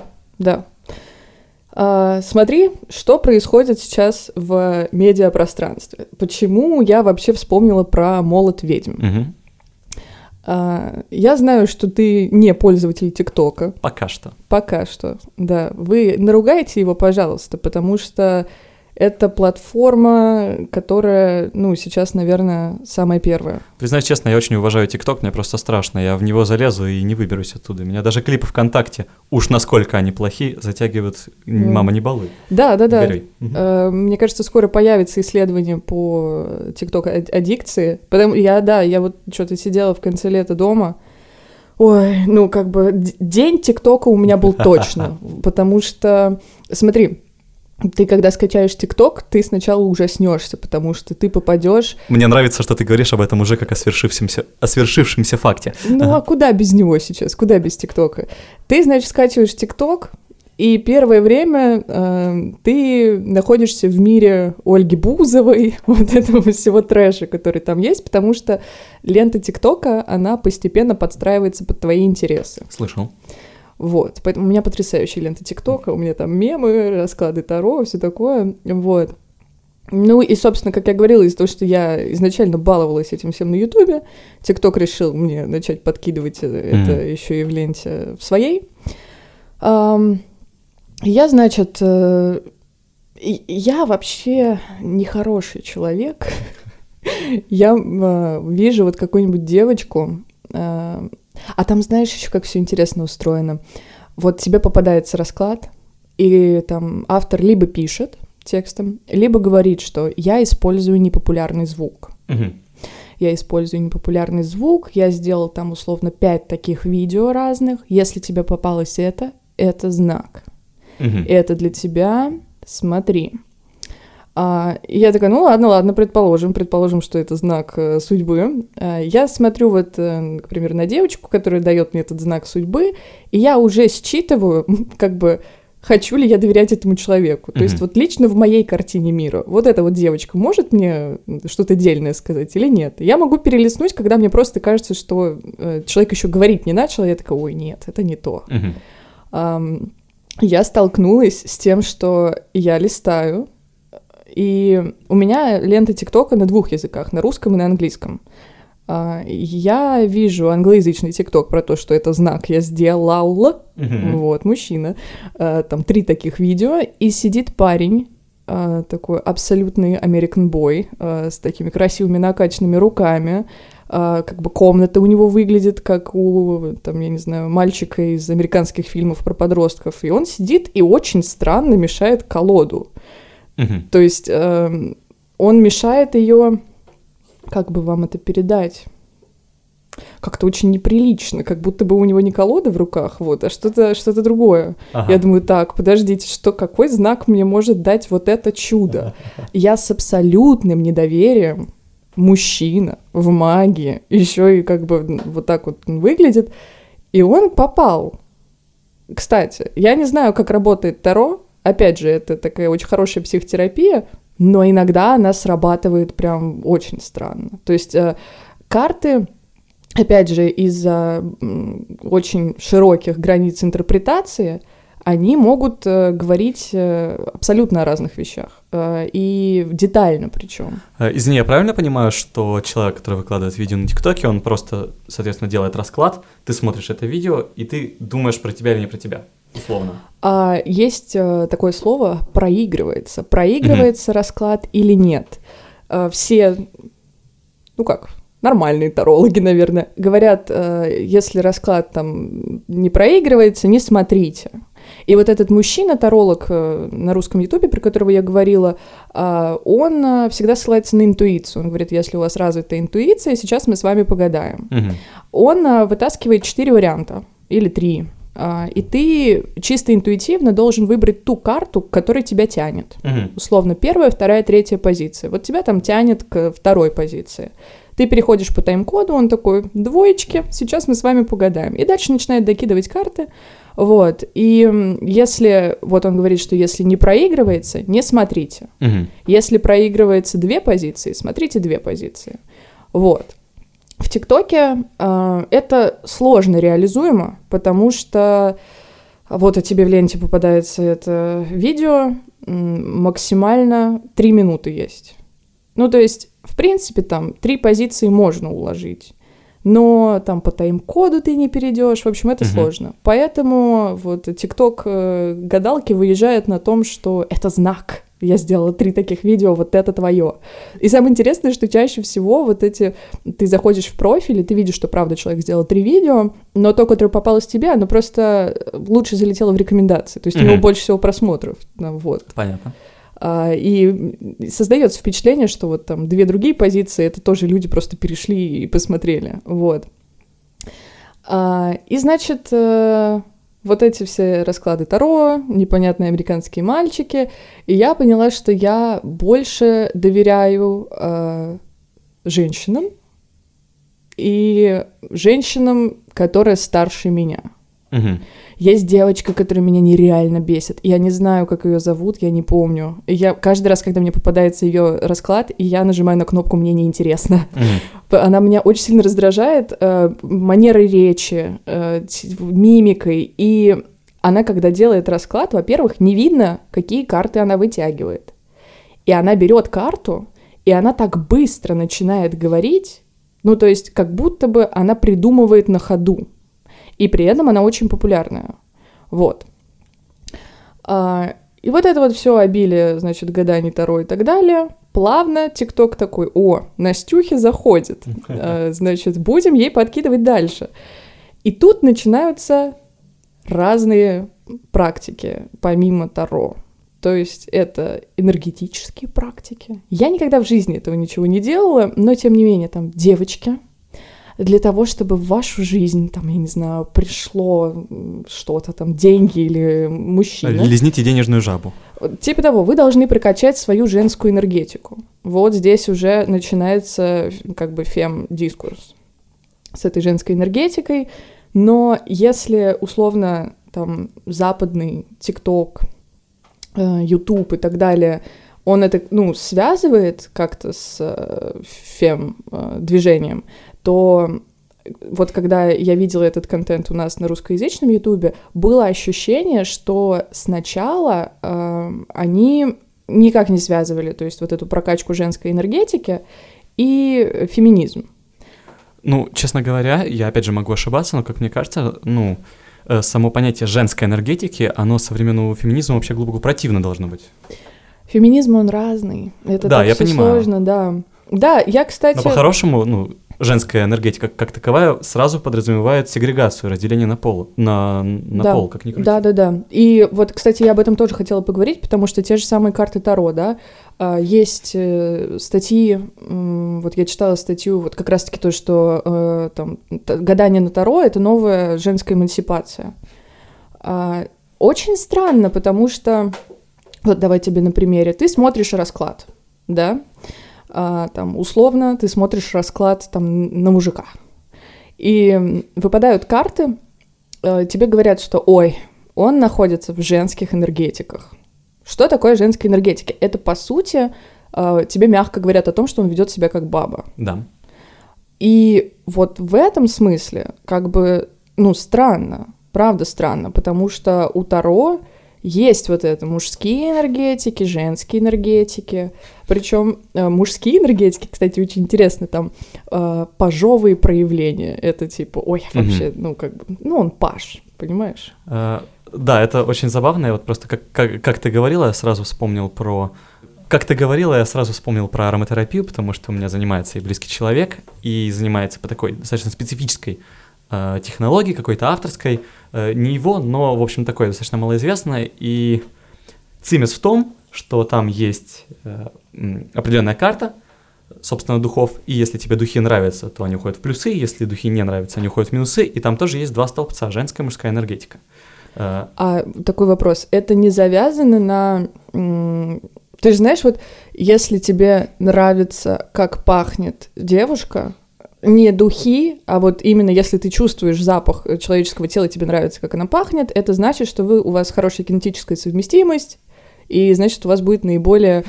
S2: Смотри, что происходит сейчас в медиапространстве. Почему я вообще вспомнила про молот ведьм? Я знаю, что ты не пользователь ТикТока.
S1: Пока что.
S2: Пока что, да. Вы наругайте его, пожалуйста, потому что это платформа, которая, сейчас, наверное, самая первая.
S1: Признаюсь честно, я очень уважаю ТикТок, мне просто страшно. Я в него залезу и не выберусь оттуда. Меня даже клипы ВКонтакте, уж насколько они плохи, затягивают «Мама, не балуй».
S2: Да. Мне кажется, скоро появится исследование по ТикТок-аддикции. Я вот что-то сидела в конце лета дома. Ой, день ТикТока у меня был точно. Потому что, смотри, ты, когда скачаешь ТикТок, ты сначала ужаснешься, потому что ты попадешь.
S1: Мне нравится, что ты говоришь об этом уже как о свершившемся факте.
S2: А куда без него сейчас? Куда без ТикТока? Ты, значит, скачиваешь ТикТок, и первое время ты находишься в мире Ольги Бузовой, вот этого всего трэша, который там есть, потому что лента ТикТока, она постепенно подстраивается под твои интересы.
S1: Слышал.
S2: Вот, поэтому у меня потрясающая лента ТикТока, у меня там мемы, расклады Таро, все такое, вот. И, собственно, как я говорила, из-за того, что я изначально баловалась этим всем на Ютубе, ТикТок решил мне начать подкидывать это еще и в ленте в своей. Я, значит, я вообще нехороший человек. Я вижу вот какую-нибудь девочку, а там, знаешь, еще как все интересно устроено. Вот тебе попадается расклад, и там автор либо пишет текстом, либо говорит, что я использую непопулярный звук. Я использую непопулярный звук, я сделал там условно 5 таких видео разных. Если тебе попалось это знак. Это для тебя, смотри. И я такая, ладно, предположим, что это знак судьбы. Я смотрю вот, например, на девочку, которая дает мне этот знак судьбы, и я уже считываю, как бы, хочу ли я доверять этому человеку. То есть вот лично в моей картине мира вот эта вот девочка может мне что-то дельное сказать или нет? Я могу перелистнуть, когда мне просто кажется, что человек еще говорить не начал, я такая, ой, нет, это не то. Я столкнулась с тем, что я листаю, и у меня лента ТикТока на 2 языках, на русском и на английском. Я вижу англоязычный ТикТок про то, что это знак я сделал, вот, мужчина, там 3 таких видео, и сидит парень, такой абсолютный American boy, с такими красивыми накачанными руками, как бы комната у него выглядит, как у, там, я не знаю, мальчика из американских фильмов про подростков, и он сидит и очень странно мешает колоду. То есть он мешает ее, как бы вам это передать, как-то очень неприлично, как будто бы у него не колода в руках, вот, а что-то другое. Я думаю, так, подождите, какой знак мне может дать вот это чудо? Я с абсолютным недоверием, мужчина в магии, еще и как бы вот так вот выглядит, и он попал. Кстати, я не знаю, как работает Таро. Опять же, это такая очень хорошая психотерапия, но иногда она срабатывает прям очень странно. То есть карты, опять же, из-за очень широких границ интерпретации, они могут говорить абсолютно о разных вещах, и детально причем.
S1: Извини, я правильно понимаю, что человек, который выкладывает видео на ТикТоке, он просто, соответственно, делает расклад, ты смотришь это видео, и ты думаешь про тебя или не про тебя, условно?
S2: Есть такое слово «проигрывается». Проигрывается расклад или нет? Все, нормальные тарологи, наверное, говорят, если расклад там не проигрывается, не смотрите. И вот этот мужчина-таролог на русском ютубе, про которого я говорила, он всегда ссылается на интуицию. Он говорит, если у вас развита интуиция, сейчас мы с вами погадаем. Он вытаскивает 4 варианта или 3. И ты чисто интуитивно должен выбрать ту карту, к которой тебя тянет. Условно, 1, 2, 3 позиция. Вот тебя там тянет к 2 позиции. Ты переходишь по тайм-коду, он такой, 2, сейчас мы с вами погадаем. И дальше начинает докидывать карты. Вот. И если, вот он говорит, что если не проигрывается, не смотрите. Если проигрывается 2 позиции, смотрите 2 позиции. Вот. В ТикТоке это сложно реализуемо, потому что вот тебе в ленте попадается это видео, максимально 3 минуты есть. Ну, то есть, в принципе, там 3 позиции можно уложить, но там по тайм-коду ты не перейдешь, в общем, это сложно. Поэтому вот ТикТок гадалки выезжает на том, что это знак. Я сделала 3 таких видео, вот это твое. И самое интересное, что чаще всего вот эти... Ты заходишь в профиль, и ты видишь, что, правда, человек сделал 3 видео, но то, которое попалось тебе, оно просто лучше залетело в рекомендации. То есть у него больше всего просмотров. Вот.
S1: Понятно.
S2: И создается впечатление, что вот там 2 другие позиции, это тоже люди просто перешли и посмотрели. Вот. И, значит... Вот эти все расклады Таро, непонятные американские мальчики, и я поняла, что я больше доверяю женщинам, и женщинам, которые старше меня. Есть девочка, которая меня нереально бесит. Я не знаю, как ее зовут, я не помню. И я каждый раз, когда мне попадается ее расклад, и я нажимаю на кнопку «Мне неинтересно». Она меня очень сильно раздражает манерой речи, мимикой. И она, когда делает расклад, во-первых, не видно, какие карты она вытягивает. И она берет карту, и она так быстро начинает говорить, ну, то есть как будто бы она придумывает на ходу. И при этом она очень популярная. Вот. И вот это вот все обилие, значит, гаданий, Таро и так далее. Плавно ТикТок такой, Настюхе заходит. Значит, будем ей подкидывать дальше. И тут начинаются разные практики, помимо Таро. То есть это энергетические практики. Я никогда в жизни этого ничего не делала, но тем не менее, там, девочки... Для того, чтобы в вашу жизнь, там, я не знаю, пришло что-то там, деньги или мужчина.
S1: Лизните денежную жабу.
S2: Типа того, вы должны прокачать свою женскую энергетику. Вот здесь уже начинается как бы фем-дискурс с этой женской энергетикой. Но если условно там западный ТикТок, Ютуб и так далее, он это, связывает как-то с фем-движением, то вот когда я видела этот контент у нас на русскоязычном ютубе, было ощущение, что сначала они никак не связывали, то есть вот эту прокачку женской энергетики и феминизм.
S1: Честно говоря, я опять же могу ошибаться, но, как мне кажется, само понятие женской энергетики, оно современному феминизму вообще глубоко противно должно быть.
S2: Феминизм, он разный. Это
S1: да,
S2: так
S1: я
S2: все
S1: понимаю.
S2: Сложно, да. Да, я, кстати...
S1: Но по-хорошему, женская энергетика как таковая сразу подразумевает сегрегацию, разделение на пол, на пол, как ни крути.
S2: Да. И вот, кстати, я об этом тоже хотела поговорить, потому что те же самые карты Таро, да, есть статьи, вот я читала статью, вот как раз-таки то, что там гадание на Таро — это новая женская эмансипация. Очень странно, потому что, вот давай тебе на примере, ты смотришь расклад, да, там, условно, ты смотришь расклад там, на мужика, и выпадают карты, тебе говорят, что, он находится в женских энергетиках. Что такое женские энергетики? Это, по сути, тебе мягко говорят о том, что он ведет себя как баба.
S1: Да.
S2: И вот в этом смысле, как бы, странно, правда странно, потому что у Таро есть вот это мужские энергетики, женские энергетики. Причем мужские энергетики, кстати, очень интересно, там пажовые проявления. Это типа, ой, вообще, он паж, понимаешь?
S1: Да, это очень забавно. Я вот просто как ты говорила, я сразу вспомнил про... Как ты говорила, я сразу вспомнил про ароматерапию, потому что у меня занимается и близкий человек, и занимается по такой достаточно специфической технологии, какой-то авторской, не его, но, в общем, такой достаточно малоизвестной, и цимес в том, что там есть определенная карта, собственно, духов, и если тебе духи нравятся, то они уходят в плюсы, если духи не нравятся, они уходят в минусы, и там тоже есть 2 столбца, женская и мужская энергетика.
S2: А такой вопрос, это не завязано на... Ты же знаешь, вот если тебе нравится, как пахнет девушка, не духи, а вот именно если ты чувствуешь запах человеческого тела, тебе нравится, как она пахнет, это значит, что у вас хорошая кинетическая совместимость, и значит, у вас будет наиболее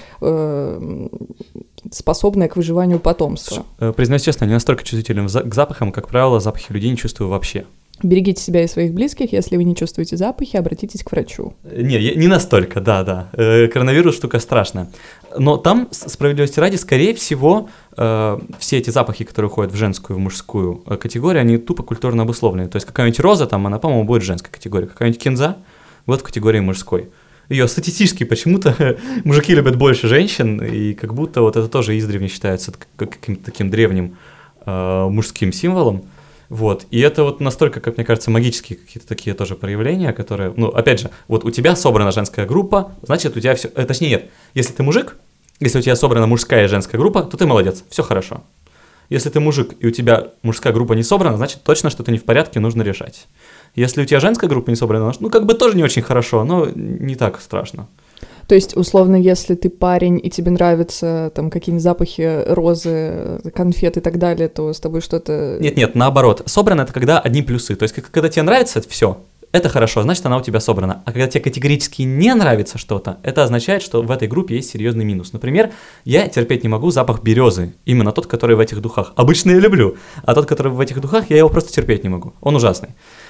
S2: способное к выживанию потомство.
S1: Признаюсь честно, не настолько чувствителен к запахам, как правило, запахи людей не чувствую вообще.
S2: Берегите себя и своих близких, если вы не чувствуете запахи, обратитесь к врачу.
S1: Не настолько, да. Коронавирус штука страшная. Но там, справедливости ради, скорее всего, все эти запахи, которые уходят в женскую и в мужскую категорию, они тупо культурно обусловлены. То есть какая-нибудь роза, там, она, по-моему, будет в женской категории, какая-нибудь кинза вот в категории мужской. Ее статистически почему-то мужики любят больше женщин, и как будто вот это тоже издревле считается каким-то таким древним мужским символом. Вот, и это вот настолько, как мне кажется, магические какие-то такие тоже проявления, которые, опять же, вот у тебя собрана женская группа, значит, у тебя все, точнее нет, если ты мужик, если у тебя собрана мужская и женская группа, то ты молодец, все хорошо. Если ты мужик, и у тебя мужская группа не собрана, значит, точно что-то не в порядке, нужно решать. Если у тебя женская группа не собрана, как бы тоже не очень хорошо, но не так страшно.
S2: То есть, условно, если ты парень, и тебе нравятся там какие-нибудь запахи розы, конфет и так далее, то с тобой что-то...
S1: Нет, наоборот. Собрано — это когда одни плюсы. То есть, когда тебе нравится все, это хорошо, значит, она у тебя собрана. А когда тебе категорически не нравится что-то, это означает, что в этой группе есть серьезный минус. Например, я терпеть не могу запах березы, именно тот, который в этих духах. Обычно я люблю, а тот, который в этих духах, я его просто терпеть не могу. Он ужасный.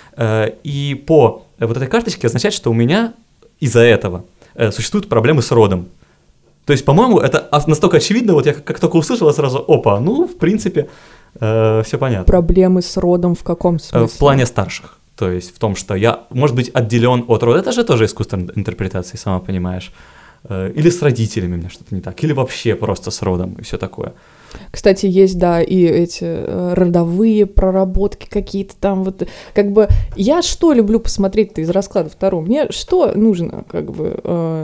S1: И по вот этой карточке означает, что у меня из-за этого существуют проблемы с родом. То есть, по-моему, это настолько очевидно, вот я как только услышал, сразу, опа, в принципе, все понятно.
S2: Проблемы с родом в каком смысле?
S1: В плане старших. То есть в том, что я, может быть, отделен от рода. Это же тоже искусство интерпретации, сама понимаешь. Или с родителями у меня что-то не так, или вообще просто с родом и все такое.
S2: Кстати, есть, да, и эти родовые проработки какие-то там вот, как бы, я что люблю посмотреть-то из раскладов Таро? Мне что нужно, как бы,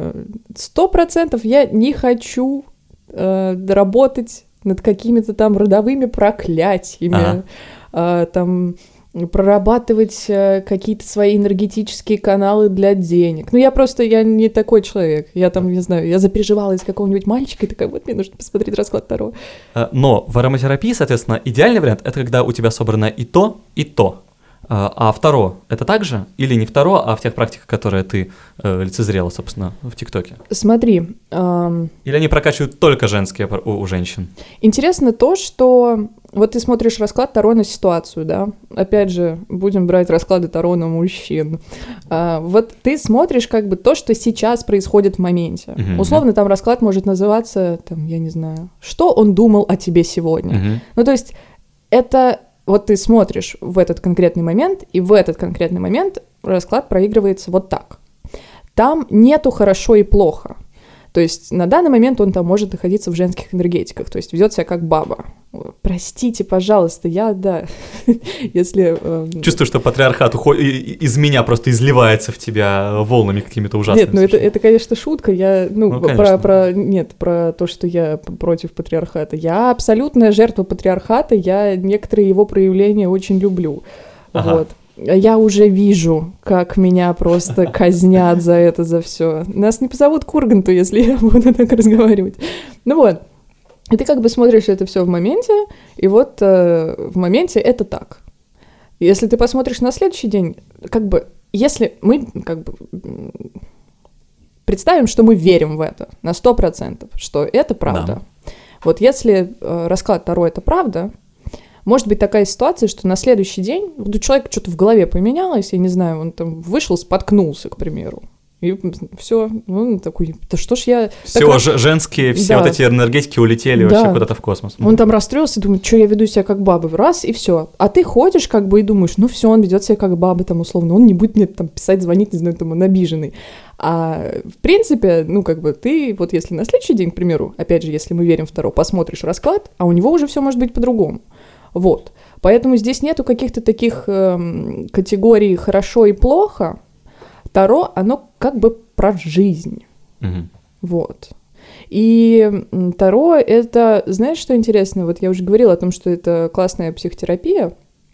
S2: 100% я не хочу работать над какими-то там родовыми проклятиями, там... прорабатывать какие-то свои энергетические каналы для денег. Я не такой человек. Я там, не знаю, я запереживала из какого-нибудь мальчика, и такая, вот мне нужно посмотреть расклад Таро. Но
S1: в ароматерапии, соответственно, идеальный вариант — это когда у тебя собрано и то, и то. А в Таро это так же? Или не в Таро, а в тех практиках, которые ты лицезрела, собственно, в ТикТоке?
S2: Смотри.
S1: Или они прокачивают только женские у женщин?
S2: Интересно то, что вот ты смотришь расклад Таро на ситуацию, да? Опять же, будем брать расклады Таро на мужчин. Вот ты смотришь как бы то, что сейчас происходит в моменте. Условно там расклад может называться, там, я не знаю, что он думал о тебе сегодня. То есть это... Вот ты смотришь в этот конкретный момент, и в этот конкретный момент расклад проигрывается вот так. Там нету хорошо и плохо. То есть на данный момент он там может находиться в женских энергетиках, то есть ведет себя как баба. Простите, пожалуйста, если...
S1: Чувствую, что патриархат из меня просто изливается в тебя волнами какими-то ужасными.
S2: Нет, это, конечно, шутка. Про то, что я против патриархата. Я абсолютная жертва патриархата, я некоторые его проявления очень люблю. Ага. Вот. Я уже вижу, как меня просто казнят за это, за все. Нас не позовут к Урганту, если я буду так разговаривать. И ты как бы смотришь это все в моменте, и вот в моменте это так. Если ты посмотришь на следующий день, как бы, если мы как бы представим, что мы верим в это на 100%, что это правда. Да. Вот если расклад Таро — это правда, может быть такая ситуация, что на следующий день вот у человека что-то в голове поменялось, я не знаю, он там вышел, споткнулся, к примеру. И все, ну, такой, да что ж я...
S1: Все, женские, все вот эти энергетики улетели вообще куда-то в космос.
S2: Он там расстроился, думает, что я веду себя как баба, раз, и все. А ты ходишь как бы и думаешь, ну все, он ведет себя как баба, там, условно, он не будет мне там писать, звонить, не знаю, там, он обиженный. А в принципе, ну, как бы ты, вот если на следующий день, к примеру, опять же, если мы верим в Таро, посмотришь расклад, а у него уже все может быть по-другому. Вот. Поэтому здесь нету каких-то таких категорий «хорошо» и «плохо». Таро, оно как бы про жизнь. Вот. И Таро — это, знаешь, что интересно? Вот я уже говорила о том, что это классная психотерапия,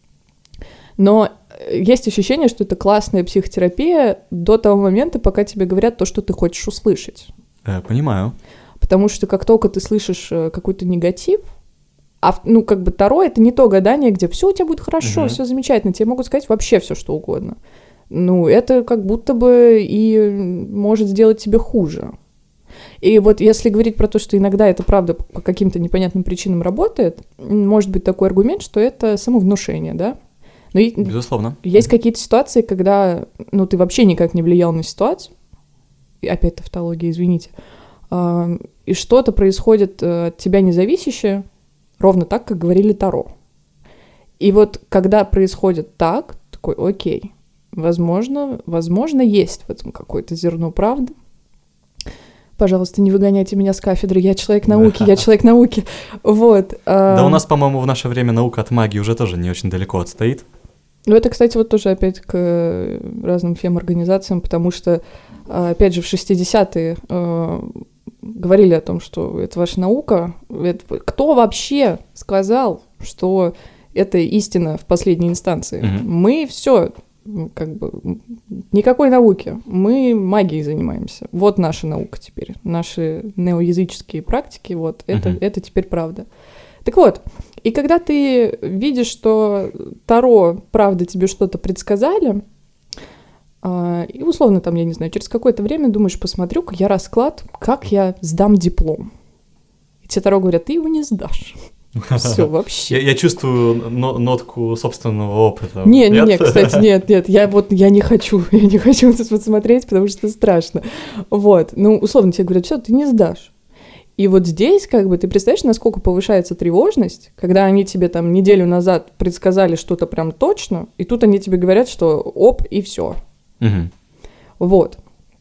S2: но есть ощущение, что это классная психотерапия до того момента, пока тебе говорят то, что ты хочешь услышать.
S1: Понимаю.
S2: Потому что как только ты слышишь какой-то негатив, ну, как бы Таро — это не то гадание, где все у тебя будет хорошо, все замечательно, тебе могут сказать вообще все, что угодно. Ну, это как будто бы и может сделать тебе хуже. И вот если говорить про то, что иногда это правда по каким-то непонятным причинам работает, может быть такой аргумент, что это самовнушение, да? Но
S1: безусловно.
S2: Есть какие-то ситуации, когда, ну, ты вообще никак не влиял на ситуацию, и опять тавтология, извините, и что-то происходит от тебя независящее, ровно так, как говорили Таро. И вот когда происходит так, такой, окей, возможно, есть в этом какое-то зерно правды. Пожалуйста, не выгоняйте меня с кафедры, я человек науки, вот.
S1: Да у нас, по-моему, в наше время наука от магии уже тоже не очень далеко отстоит.
S2: Ну, это, кстати, вот тоже опять к разным фем-организациям, потому что, опять же, в 60-е говорили о том, что это ваша наука. Кто вообще сказал, что это истина в последней инстанции? Мы все... как бы никакой науки, мы магией занимаемся. Вот наша наука теперь, наши неоязыческие практики, вот это теперь правда. Так вот, и когда ты видишь, что Таро, правда, тебе что-то предсказали, и условно там, я не знаю, через какое-то время думаешь, посмотрю-ка я расклад, как я сдам диплом. И тебе Таро говорят, ты его не сдашь. Все, вообще.
S1: Я чувствую нотку собственного опыта.
S2: Не, кстати, нет, я не хочу это посмотреть, потому что это страшно. Вот, ну, условно тебе говорят, все, ты не сдашь. И вот здесь, как бы, ты представляешь, насколько повышается тревожность, когда они тебе там неделю назад предсказали что-то прям точно, и тут они тебе говорят, что оп, и все. Вот.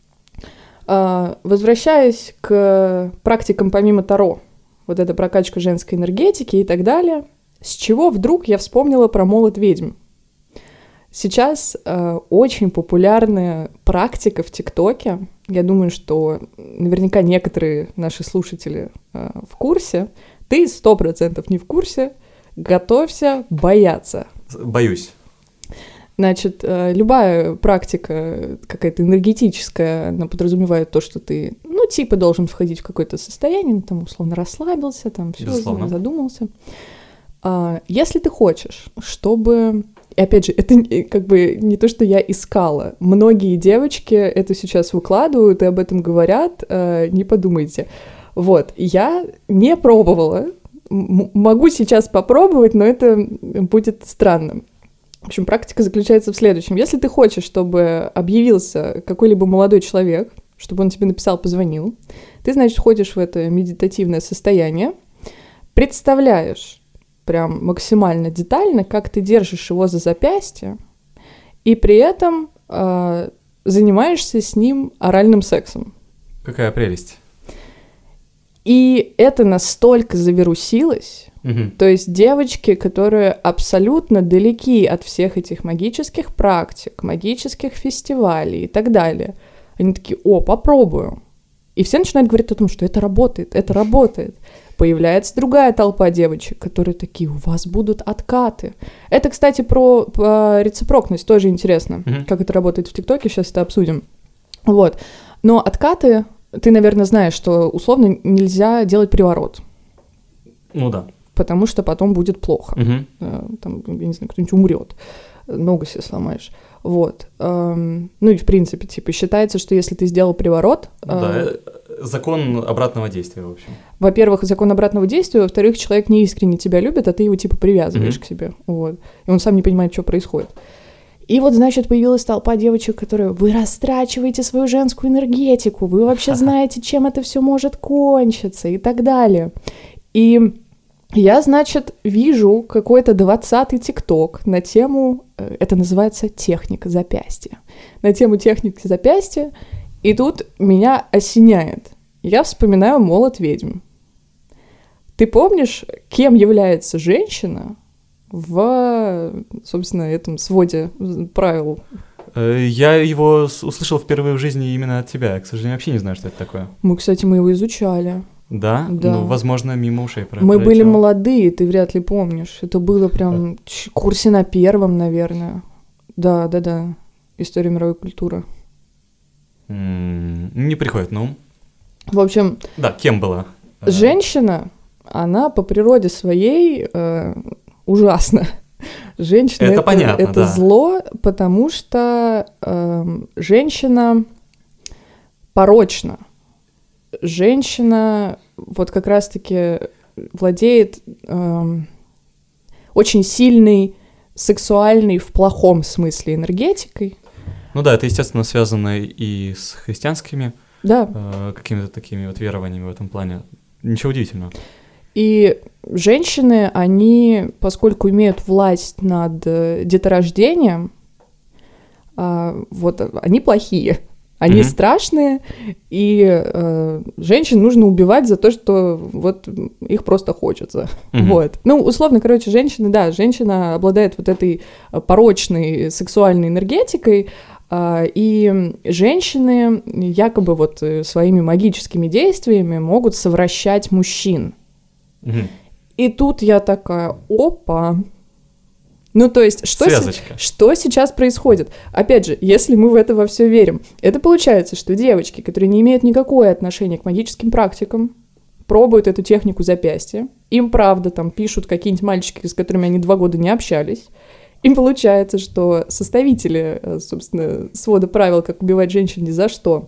S2: Возвращаясь к практикам помимо Таро, вот эта прокачка женской энергетики и так далее, с чего вдруг я вспомнила про молот ведьм. Сейчас очень популярная практика в ТикТоке. Я думаю, что наверняка некоторые наши слушатели в курсе. Ты 100% не в курсе. Готовься бояться.
S1: Боюсь.
S2: Значит, любая практика какая-то энергетическая, она подразумевает то, что ты, ну, типа должен входить в какое-то состояние, там, условно, расслабился, там, все, задумался. Если ты хочешь, чтобы... И опять же, это как бы не то, что я искала. Многие девочки это сейчас выкладывают и об этом говорят, не подумайте. Вот, я не пробовала, могу сейчас попробовать, но это будет странно. В общем, практика заключается в следующем. Если ты хочешь, чтобы объявился какой-либо молодой человек, чтобы он тебе написал, позвонил, ты, значит, входишь в это медитативное состояние, представляешь прям максимально детально, как ты держишь его за запястье, и при этом занимаешься с ним оральным сексом.
S1: Какая прелесть.
S2: И это настолько завирусилось, то есть девочки, которые абсолютно далеки от всех этих магических практик, магических фестивалей и так далее, они такие, попробую. И все начинают говорить о том, что это работает. Появляется другая толпа девочек, которые такие, у вас будут откаты. Это, кстати, про рецепрокность тоже интересно, как это работает в ТикТоке, сейчас это обсудим. Вот. Но откаты, ты, наверное, знаешь, что условно нельзя делать приворот.
S1: Ну да.
S2: Потому что потом будет плохо. Там, я не знаю, кто-нибудь умрет, ногу себе сломаешь. Вот. Ну и в принципе, типа, считается, что если ты сделал приворот...
S1: Да, Закон обратного действия, в общем.
S2: Во-первых, закон обратного действия, во-вторых, человек не искренне тебя любит, а ты его типа привязываешь к себе. Вот. И он сам не понимает, что происходит. И вот, значит, появилась толпа девочек, которые: вы растрачиваете свою женскую энергетику, вы вообще знаете, чем это все может кончиться и так далее. И я, значит, вижу какой-то 20-й ТикТок на тему, это называется техника запястья, на тему техники запястья, и тут меня осеняет. Я вспоминаю «Молот ведьм». Ты помнишь, кем является женщина в, собственно, этом своде правил?
S1: Я его услышал впервые в жизни именно от тебя. Я, к сожалению, вообще не знаю, что это такое.
S2: Мы, кстати, его изучали.
S1: Да?
S2: Да.
S1: Ну, возможно, мимо ушей
S2: Мы были молодые, ты вряд ли помнишь. Это было прям в курсе на первом, наверное. Да. История мировой культуры.
S1: Не приходит на ум.
S2: В общем...
S1: Да, кем была?
S2: Женщина, она по природе своей ужасна. Женщина
S1: это понятно,
S2: это
S1: да.
S2: Зло, потому что женщина порочна. Женщина вот как раз-таки владеет очень сильной сексуальной в плохом смысле энергетикой.
S1: Ну да, это, естественно, связано и с христианскими какими-то такими вот верованиями в этом плане. Ничего удивительного.
S2: И женщины, они, поскольку имеют власть над деторождением, вот они плохие, они страшные, и женщин нужно убивать за то, что вот их просто хочется. Вот. Ну, условно, короче, женщина обладает вот этой порочной сексуальной энергетикой, и женщины якобы вот своими магическими действиями могут совращать мужчин. И тут я такая: опа. Ну, то есть, что сейчас происходит? Опять же, если мы в это во все верим, это получается, что девочки, которые не имеют никакого отношения к магическим практикам, пробуют эту технику запястья, им, правда, там пишут какие-нибудь мальчики, с которыми они 2 года не общались, им получается, что составители, собственно, свода правил, как убивать женщин ни за что,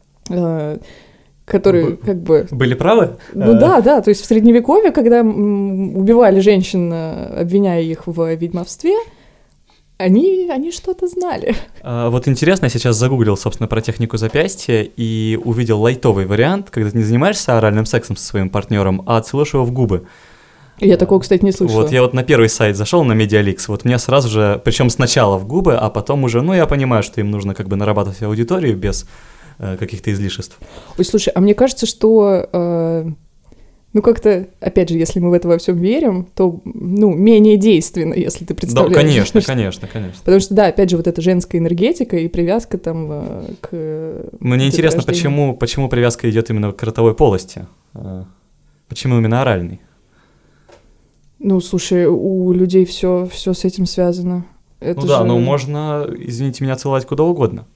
S2: которые как бы...
S1: Были правы?
S2: Ну да, то есть в Средневековье, когда убивали женщин, обвиняя их в ведьмовстве, они что-то знали.
S1: Вот интересно, я сейчас загуглил, собственно, про технику запястья и увидел лайтовый вариант, когда ты не занимаешься оральным сексом со своим партнером, а целуешь его в губы.
S2: Я такого, кстати, не слышала.
S1: Вот я вот на первый сайт зашел, на Медиаликс, вот мне сразу же, причем сначала в губы, а потом уже, я понимаю, что им нужно как бы нарабатывать аудиторию без каких-то излишеств.
S2: Ой, слушай, а мне кажется, что, как-то, опять же, если мы в это во всем верим, то, менее действенно, если ты представляешь.
S1: Да, конечно.
S2: Потому что, да, опять же, вот эта женская энергетика и привязка там к...
S1: Мне интересно, почему привязка идет именно к ротовой полости? Почему именно оральной?
S2: Ну, слушай, у людей все с этим связано. Это
S1: можно, извините меня, целовать куда угодно.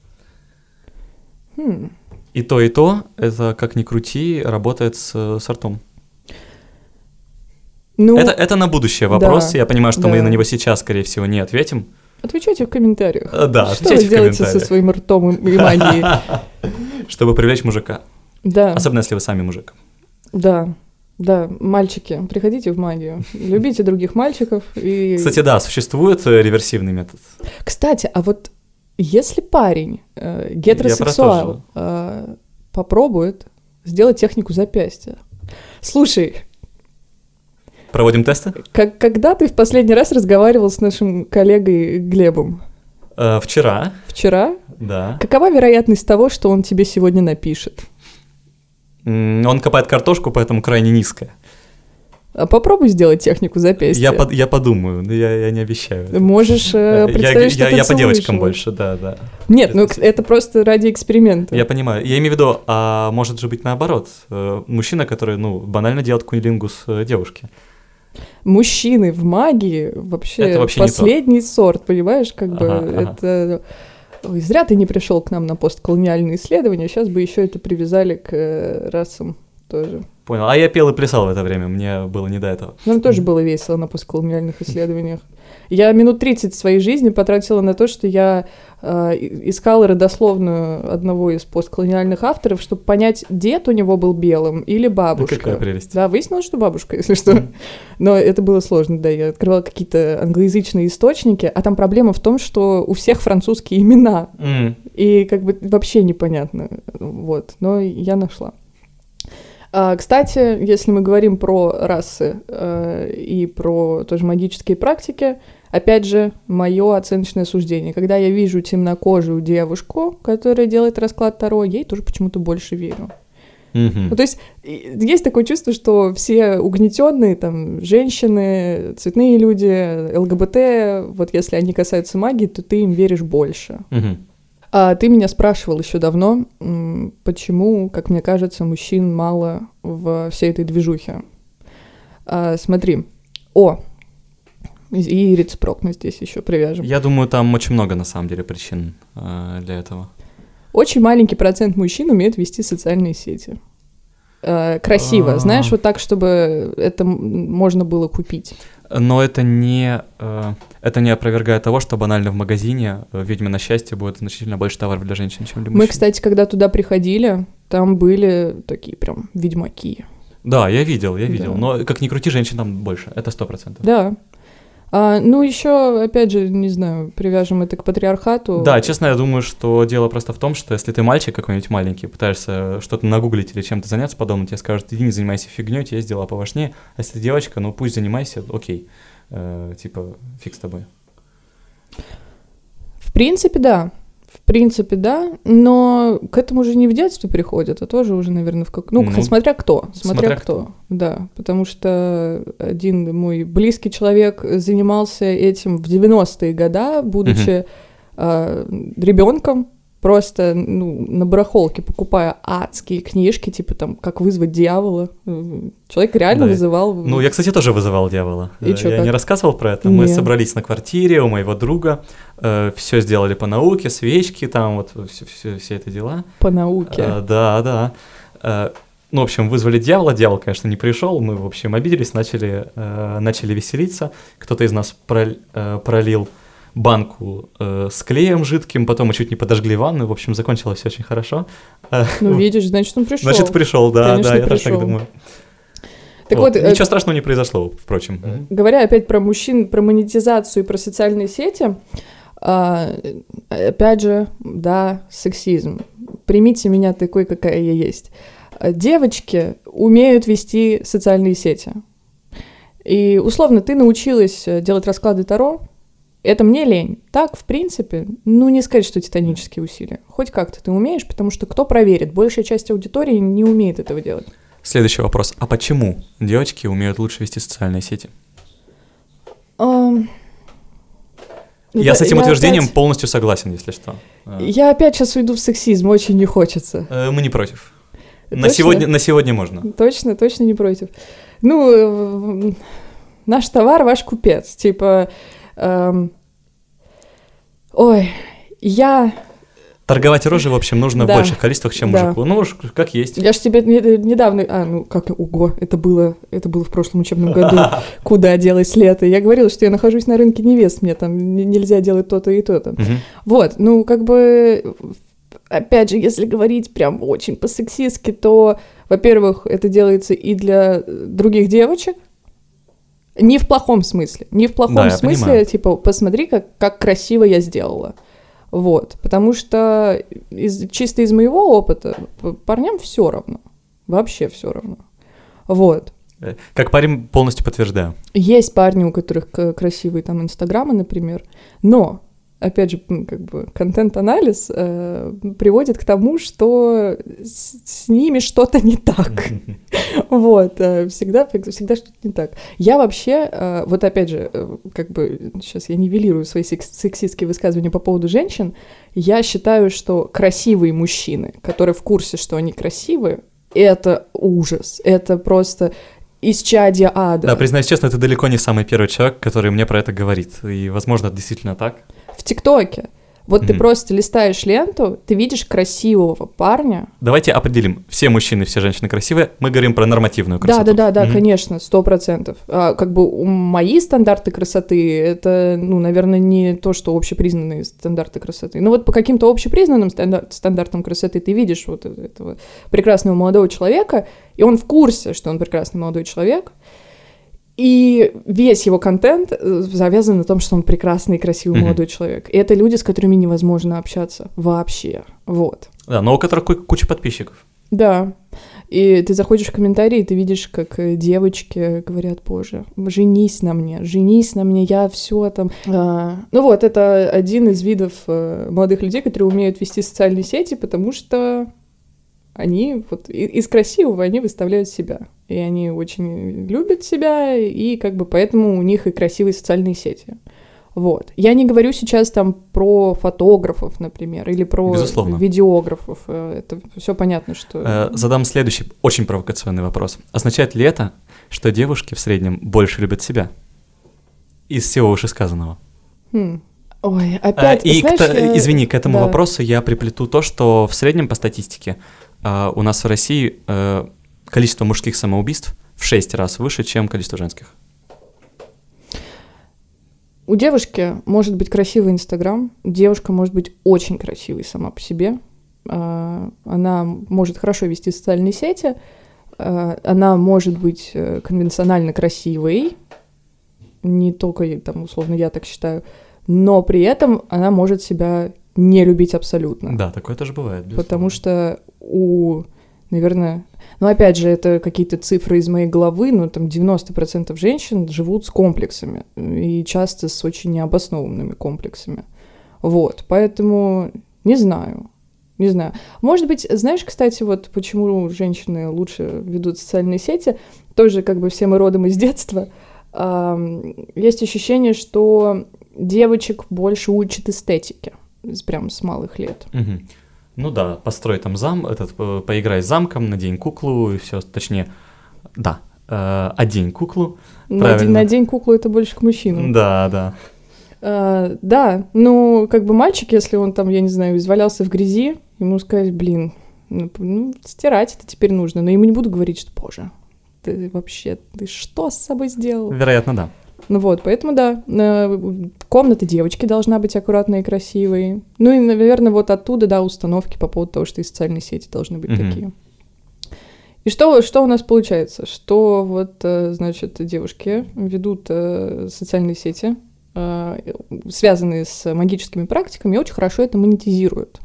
S1: И то, это, как ни крути, работает с ртом. Это на будущее вопрос. Я понимаю, что мы на него сейчас, скорее всего, не ответим.
S2: Отвечайте в комментариях.
S1: Да,
S2: что вы делаете со своим ртом и магией?
S1: Чтобы привлечь мужика.
S2: Да.
S1: Особенно, если вы сами мужик.
S2: Да, мальчики, приходите в магию. Любите других мальчиков.
S1: Кстати, да, существует реверсивный метод.
S2: Кстати, а вот если парень гетеросексуал попробует сделать технику запястья. Слушай.
S1: Проводим тесты?
S2: Когда ты в последний раз разговаривал с нашим коллегой Глебом?
S1: Вчера.
S2: Вчера?
S1: Да.
S2: Какова вероятность того, что он тебе сегодня напишет?
S1: Он копает картошку, поэтому крайне низкая.
S2: А попробуй сделать технику запястья.
S1: Я подумаю, но я не обещаю.
S2: Можешь представить, что ты
S1: Я по девочкам больше, да.
S2: Нет, это просто ради эксперимента.
S1: Я понимаю. Я имею в виду, а может же быть наоборот. Мужчина, который, банально делает кунилингус девушке.
S2: Мужчины в магии вообще последний сорт, понимаешь? Это... Ой, зря ты не пришел к нам на постколониальные исследования, сейчас бы еще это привязали к расам тоже.
S1: Понял. А я пел и плясал в это время, мне было не до этого.
S2: Нам тоже было весело на постколониальных исследованиях. Я минут 30 своей жизни потратила на то, что я искала родословную одного из постколониальных авторов, чтобы понять, дед у него был белым или бабушка.
S1: Какая прелесть.
S2: Да, выяснилось, что бабушка, если что. Но это было сложно, да. Я открывала какие-то англоязычные источники, а там проблема в том, что у всех французские имена. И как бы вообще непонятно. Вот. Но я нашла. Кстати, если мы говорим про расы и про тоже магические практики, опять же, мое оценочное суждение. Когда я вижу темнокожую девушку, которая делает расклад Таро, ей тоже почему-то больше верю. Ну, то есть есть такое чувство, что все угнетенные, там, женщины, цветные люди, ЛГБТ, вот если они касаются магии, то ты им веришь больше. А ты меня спрашивал еще давно, почему, как мне кажется, мужчин мало в всей этой движухе. Смотри. И рецепрок здесь еще привяжем.
S1: Я думаю, там очень много, на самом деле, причин для этого.
S2: Очень маленький процент мужчин умеет вести социальные сети. Красиво, знаешь, вот так, чтобы это можно было купить.
S1: Но это не опровергает того, что банально в магазине «Ведьмино счастье» будет значительно больше товаров для женщин, чем для мужчин.
S2: Мы, кстати, когда туда приходили, там были такие прям ведьмаки.
S1: Да, я видел,
S2: Да.
S1: но как ни крути, женщин там больше, это 100%.
S2: Да. Ну, еще, опять же, не знаю, привяжем это к патриархату.
S1: Да, честно, я думаю, что дело просто в том, что если ты мальчик какой-нибудь маленький, пытаешься что-то нагуглить или чем-то заняться подобным, тебе скажут, иди не занимайся фигней, у тебя есть дела поважнее, а если ты девочка, ну пусть занимайся, окей, типа фиг с тобой.
S2: В принципе, да, но к этому же не в детстве приходят, а тоже уже, наверное, смотря кто. Да, потому что один мой близкий человек занимался этим в 90-е годы, будучи ребенком, просто на барахолке покупая адские книжки, типа там «Как вызвать дьявола». Человек реально вызывал...
S1: Ну, я, кстати, тоже вызывал дьявола.
S2: И чё,
S1: я не рассказывал про это. Мы собрались на квартире у моего друга, все сделали по науке, свечки там, вот все это дела.
S2: По науке.
S1: Да. Ну, в общем, вызвали дьявола, дьявол, конечно, не пришел, мы, в общем, обиделись, начали веселиться. Кто-то из нас пролил банку с клеем жидким, потом мы чуть не подожгли ванну, в общем, закончилось все очень хорошо.
S2: Ну, видишь, значит, он пришел.
S1: Значит, пришел, да,
S2: Конечно,
S1: я тоже так думаю.
S2: Так
S1: вот, ничего страшного не произошло, впрочем.
S2: Говоря опять про мужчин, про монетизацию и про социальные сети, опять же, да, сексизм. Примите меня такой, какая я есть. Девочки умеют вести социальные сети. И, условно, ты научилась делать расклады Таро, это мне лень. Так, в принципе, не сказать, что титанические усилия. Хоть как-то ты умеешь, потому что кто проверит? Большая часть аудитории не умеет этого делать.
S1: Следующий вопрос. А почему девочки умеют лучше вести социальные сети? Я с этим утверждением полностью согласен, если что.
S2: Я опять сейчас уйду в сексизм, очень не хочется.
S1: Мы не против. На сегодня можно.
S2: Точно не против. Наш товар, ваш купец. Типа...
S1: Торговать рожей, в общем, нужно в больших количествах, чем мужику. Ну уж как есть.
S2: Я же тебе недавно... это было в прошлом учебном году. Куда делось лето? Я говорила, что я нахожусь на рынке невест, мне там нельзя делать то-то и то-то. Вот, опять же, если говорить прям очень по-сексистски, то, во-первых, это делается и для других девочек, не в плохом смысле.
S1: Понимаю.
S2: Типа, посмотри, как красиво я сделала. Вот. Потому что чисто из моего опыта парням все равно. Вообще все равно. Вот.
S1: Как парень полностью подтверждаю.
S2: Есть парни, у которых красивые там инстаграмы, например, но, опять же, контент-анализ приводит к тому, что с ними что-то не так. Вот, всегда что-то не так. Я вообще, вот опять же, сейчас я нивелирую свои сексистские высказывания по поводу женщин, я считаю, что красивые мужчины, которые в курсе, что они красивые, это ужас, это просто... исчадие ада.
S1: Да, признаюсь честно, ты далеко не самый первый человек, который мне про это говорит. И, возможно, это действительно так.
S2: В ТикТоке Вот ты просто листаешь ленту, ты видишь красивого парня.
S1: Давайте определим, все мужчины, все женщины красивые, мы говорим про нормативную красоту.
S2: Да, конечно, 100%. Как бы мои стандарты красоты, это, наверное, не то, что общепризнанные стандарты красоты. Но вот по каким-то общепризнанным стандартам красоты ты видишь вот этого прекрасного молодого человека, и он в курсе, что он прекрасный молодой человек, и весь его контент завязан на том, что он прекрасный и красивый молодой человек. И это люди, с которыми невозможно общаться вообще. Вот.
S1: Да, но у которых куча подписчиков.
S2: Да. И ты заходишь в комментарии, и ты видишь, как девочки говорят: боже, женись на мне, я все там... это один из видов молодых людей, которые умеют вести социальные сети, потому что они вот из красивого они выставляют себя. И они очень любят себя, и как бы поэтому у них и красивые социальные сети. Вот. Я не говорю сейчас там про фотографов, например, или про видеографов. Это все понятно, что...
S1: Задам следующий очень провокационный вопрос. Означает ли это, что девушки в среднем больше любят себя? Из всего вышесказанного.
S2: Ой, опять...
S1: Извини, к этому вопросу я приплету то, что в среднем по статистике у нас в России количество мужских самоубийств в 6 раз выше, чем количество женских.
S2: У девушки может быть красивый Инстаграм, девушка может быть очень красивой сама по себе, она может хорошо вести социальные сети, она может быть конвенционально красивой, не только, там, условно, я так считаю, но при этом она может себя не любить абсолютно.
S1: Да, такое тоже бывает, безусловно.
S2: Потому что наверное... опять же, это какие-то цифры из моей головы, там 90% женщин живут с комплексами, и часто с очень необоснованными комплексами. Вот, поэтому не знаю. Может быть, знаешь, кстати, вот почему женщины лучше ведут социальные сети, тоже как бы все мы родом из детства, есть ощущение, что девочек больше учат эстетике, прям с малых лет.
S1: Угу. Ну да, построй там поиграй с замком, надень куклу и все, точнее, да, одень куклу.
S2: Надень куклу — это больше к мужчинам.
S1: Да.
S2: Да, как бы мальчик, если он там, я не знаю, извалялся в грязи, ему сказать: стирать это теперь нужно, но ему не буду говорить, что: боже, ты что с собой сделал?
S1: Вероятно, да.
S2: Поэтому да, комната девочки должна быть аккуратной и красивой. И, наверное, вот оттуда, да, установки по поводу того, что и социальные сети должны быть такие. И что у нас получается? Что значит, девушки ведут социальные сети, связанные с магическими практиками, и очень хорошо это монетизируют.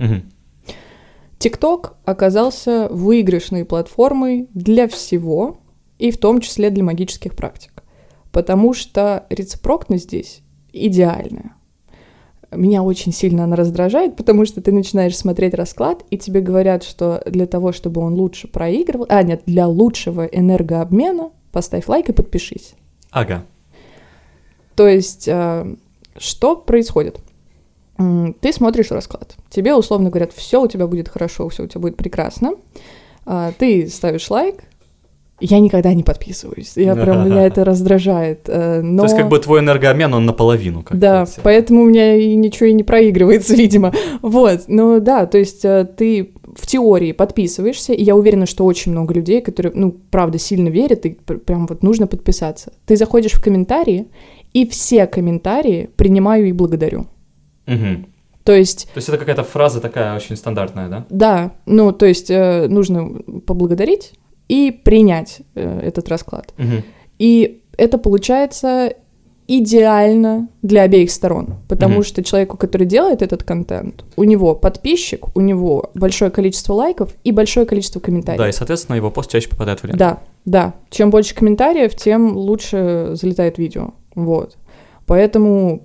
S2: ТикТок оказался выигрышной платформой для всего, и в том числе для магических практик. Потому что рецепрокность здесь идеальная. Меня очень сильно она раздражает, потому что ты начинаешь смотреть расклад, и тебе говорят, что для того, чтобы он лучше проигрывал... для лучшего энергообмена поставь лайк и подпишись.
S1: Ага.
S2: То есть, что происходит? Ты смотришь расклад. Тебе условно говорят: все у тебя будет хорошо, все у тебя будет прекрасно. Ты ставишь лайк. Я никогда не подписываюсь. Меня это раздражает. Но...
S1: То есть как бы твой энергообмен, он наполовину.
S2: Да, поэтому у меня ничего и не проигрывается, видимо. Да, то есть ты в теории подписываешься, и я уверена, что очень много людей, которые, правда, сильно верят, и прям нужно подписаться. Ты заходишь в комментарии, и все комментарии принимаю и благодарю.
S1: Угу.
S2: То есть
S1: это какая-то фраза такая очень стандартная, да?
S2: Да, то есть нужно поблагодарить и принять этот расклад.
S1: Угу.
S2: И это получается идеально для обеих сторон, потому что человеку, который делает этот контент, у него подписчик, у него большое количество лайков и большое количество комментариев.
S1: Да, и, соответственно, его пост чаще попадает в ленту.
S2: Да. Чем больше комментариев, тем лучше залетает видео. Поэтому,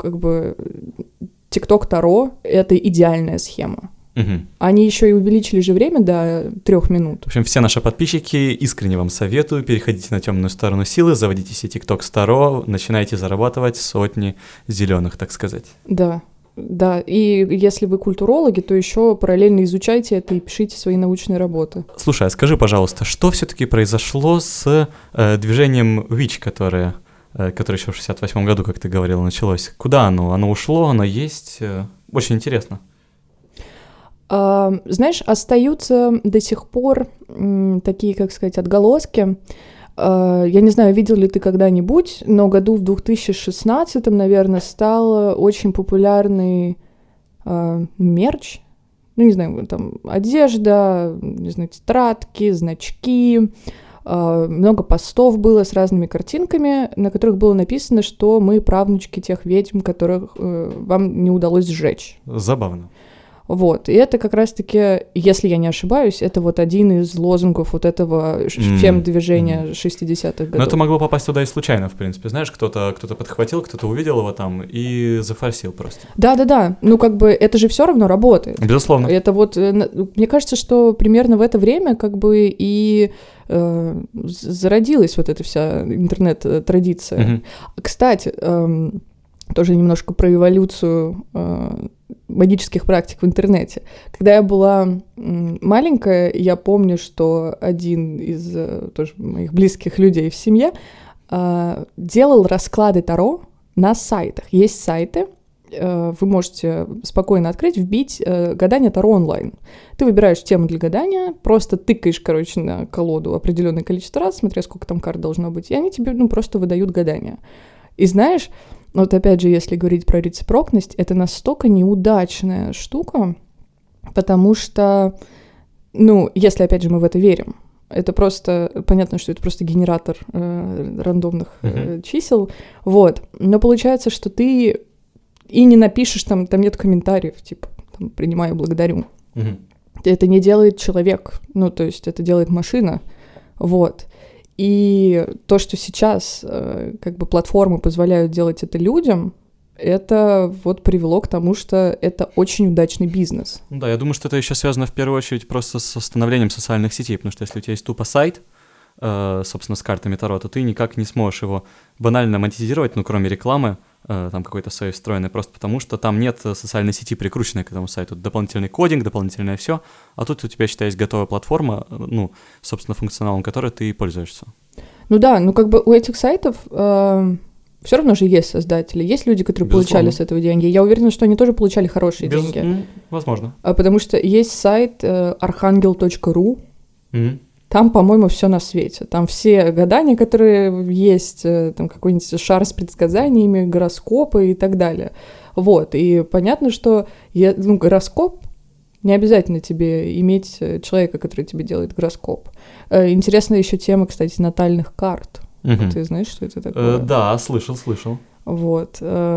S2: TikTok Таро — это идеальная схема.
S1: Угу.
S2: Они еще и увеличили же время до 3 минут.
S1: В общем, все наши подписчики, искренне вам советую, переходите на темную сторону силы, заводите себе TikTok Таро, начинайте зарабатывать сотни зеленых, так сказать.
S2: Да, и если вы культурологи, то еще параллельно изучайте это и пишите свои научные работы.
S1: Слушай, а скажи, пожалуйста, что все-таки произошло с движением Witch, которое еще в 68 году, как ты говорила, началось? Куда оно? Оно ушло, оно есть? Очень интересно.
S2: Знаешь, остаются до сих пор такие, как сказать, отголоски. Я не знаю, видел ли ты когда-нибудь, но году в 2016, наверное, стал очень популярный мерч. Ну, не знаю, там одежда, не знаю, тетрадки, значки. Много постов было с разными картинками, на которых было написано, что мы правнучки тех ведьм, которых вам не удалось сжечь.
S1: Забавно.
S2: Вот, и это как раз-таки, если я не ошибаюсь, это вот один из лозунгов вот этого фем-движения 60-х годов.
S1: Но это могло попасть туда и случайно, в принципе. Знаешь, кто-то подхватил, кто-то увидел его там и зафорсил просто.
S2: Да-да-да, ну как бы это же все равно работает.
S1: Безусловно.
S2: Это вот, мне кажется, что примерно в это время как бы и зародилась вот эта вся интернет-традиция. Кстати, тоже немножко про эволюцию магических практик в интернете. Когда я была маленькая, я помню, что один из тоже моих близких людей в семье делал расклады Таро на сайтах. Есть сайты, вы можете спокойно открыть, вбить гадание Таро онлайн. Ты выбираешь тему для гадания, просто тыкаешь, короче, на колоду определенное количество раз, смотря сколько там карт должно быть, и они тебе просто выдают гадание. И знаешь, вот опять же, если говорить про рецепрокность, это настолько неудачная штука, потому что, ну, если, опять же, мы в это верим, это просто, понятно, что это просто генератор рандомных чисел, вот, но получается, что ты и не напишешь, там нет комментариев, типа, там, принимаю, благодарю. Это не делает человек, ну, то есть это делает машина, вот. И то, что сейчас как бы платформы позволяют делать это людям, это вот привело к тому, что это очень удачный бизнес.
S1: Да, я думаю, что это еще связано в первую очередь просто с становлением социальных сетей, потому что если у тебя есть тупо сайт, собственно, с картами Таро, то ты никак не сможешь его банально монетизировать, ну, кроме рекламы, там какой-то своей встроенной, просто потому что там нет социальной сети, прикрученной к этому сайту. Дополнительный кодинг, дополнительное все, а тут у тебя, считай, есть готовая платформа, ну, собственно, функционалом которой ты пользуешься.
S2: Ну да, ну как бы у этих сайтов все равно же есть создатели, есть люди, которые получали с этого деньги. Я уверена, что они тоже получали хорошие деньги.
S1: Возможно.
S2: Потому что есть сайт archangel.ru, там, по-моему, все на свете. Там все гадания, которые есть, там какой-нибудь шар с предсказаниями, гороскопы и так далее. Вот, и понятно, что гороскоп, не обязательно тебе иметь человека, который тебе делает гороскоп. Интересная еще тема, кстати, натальных карт. Ты знаешь, что это такое?
S1: Да, слышал.
S2: Вот.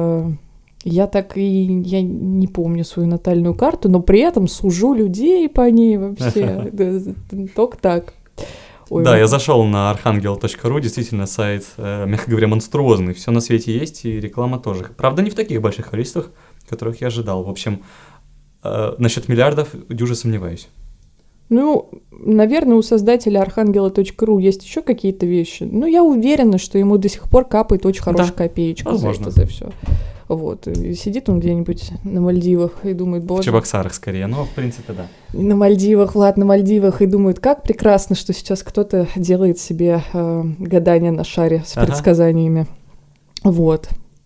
S2: Я не помню свою натальную карту, но при этом сужу людей по ней вообще. Только так.
S1: Ой. Да, я зашел на archangel.ru, действительно сайт, мягко говоря, монструозный. Все на свете есть, и реклама тоже. Правда, не в таких больших количествах, которых я ожидал. В общем, насчет миллиардов дюже сомневаюсь.
S2: Ну, наверное, у создателя archangel.ru есть еще какие-то вещи, но я уверена, что ему до сих пор капает очень хорошая копеечка за это все. Вот, и сидит он где-нибудь на Мальдивах и думает, боже...
S1: В Чебоксарах скорее, но в принципе да.
S2: На Мальдивах, на Мальдивах, и думает, как прекрасно, что сейчас кто-то делает себе гадания на шаре с предсказаниями. Вот.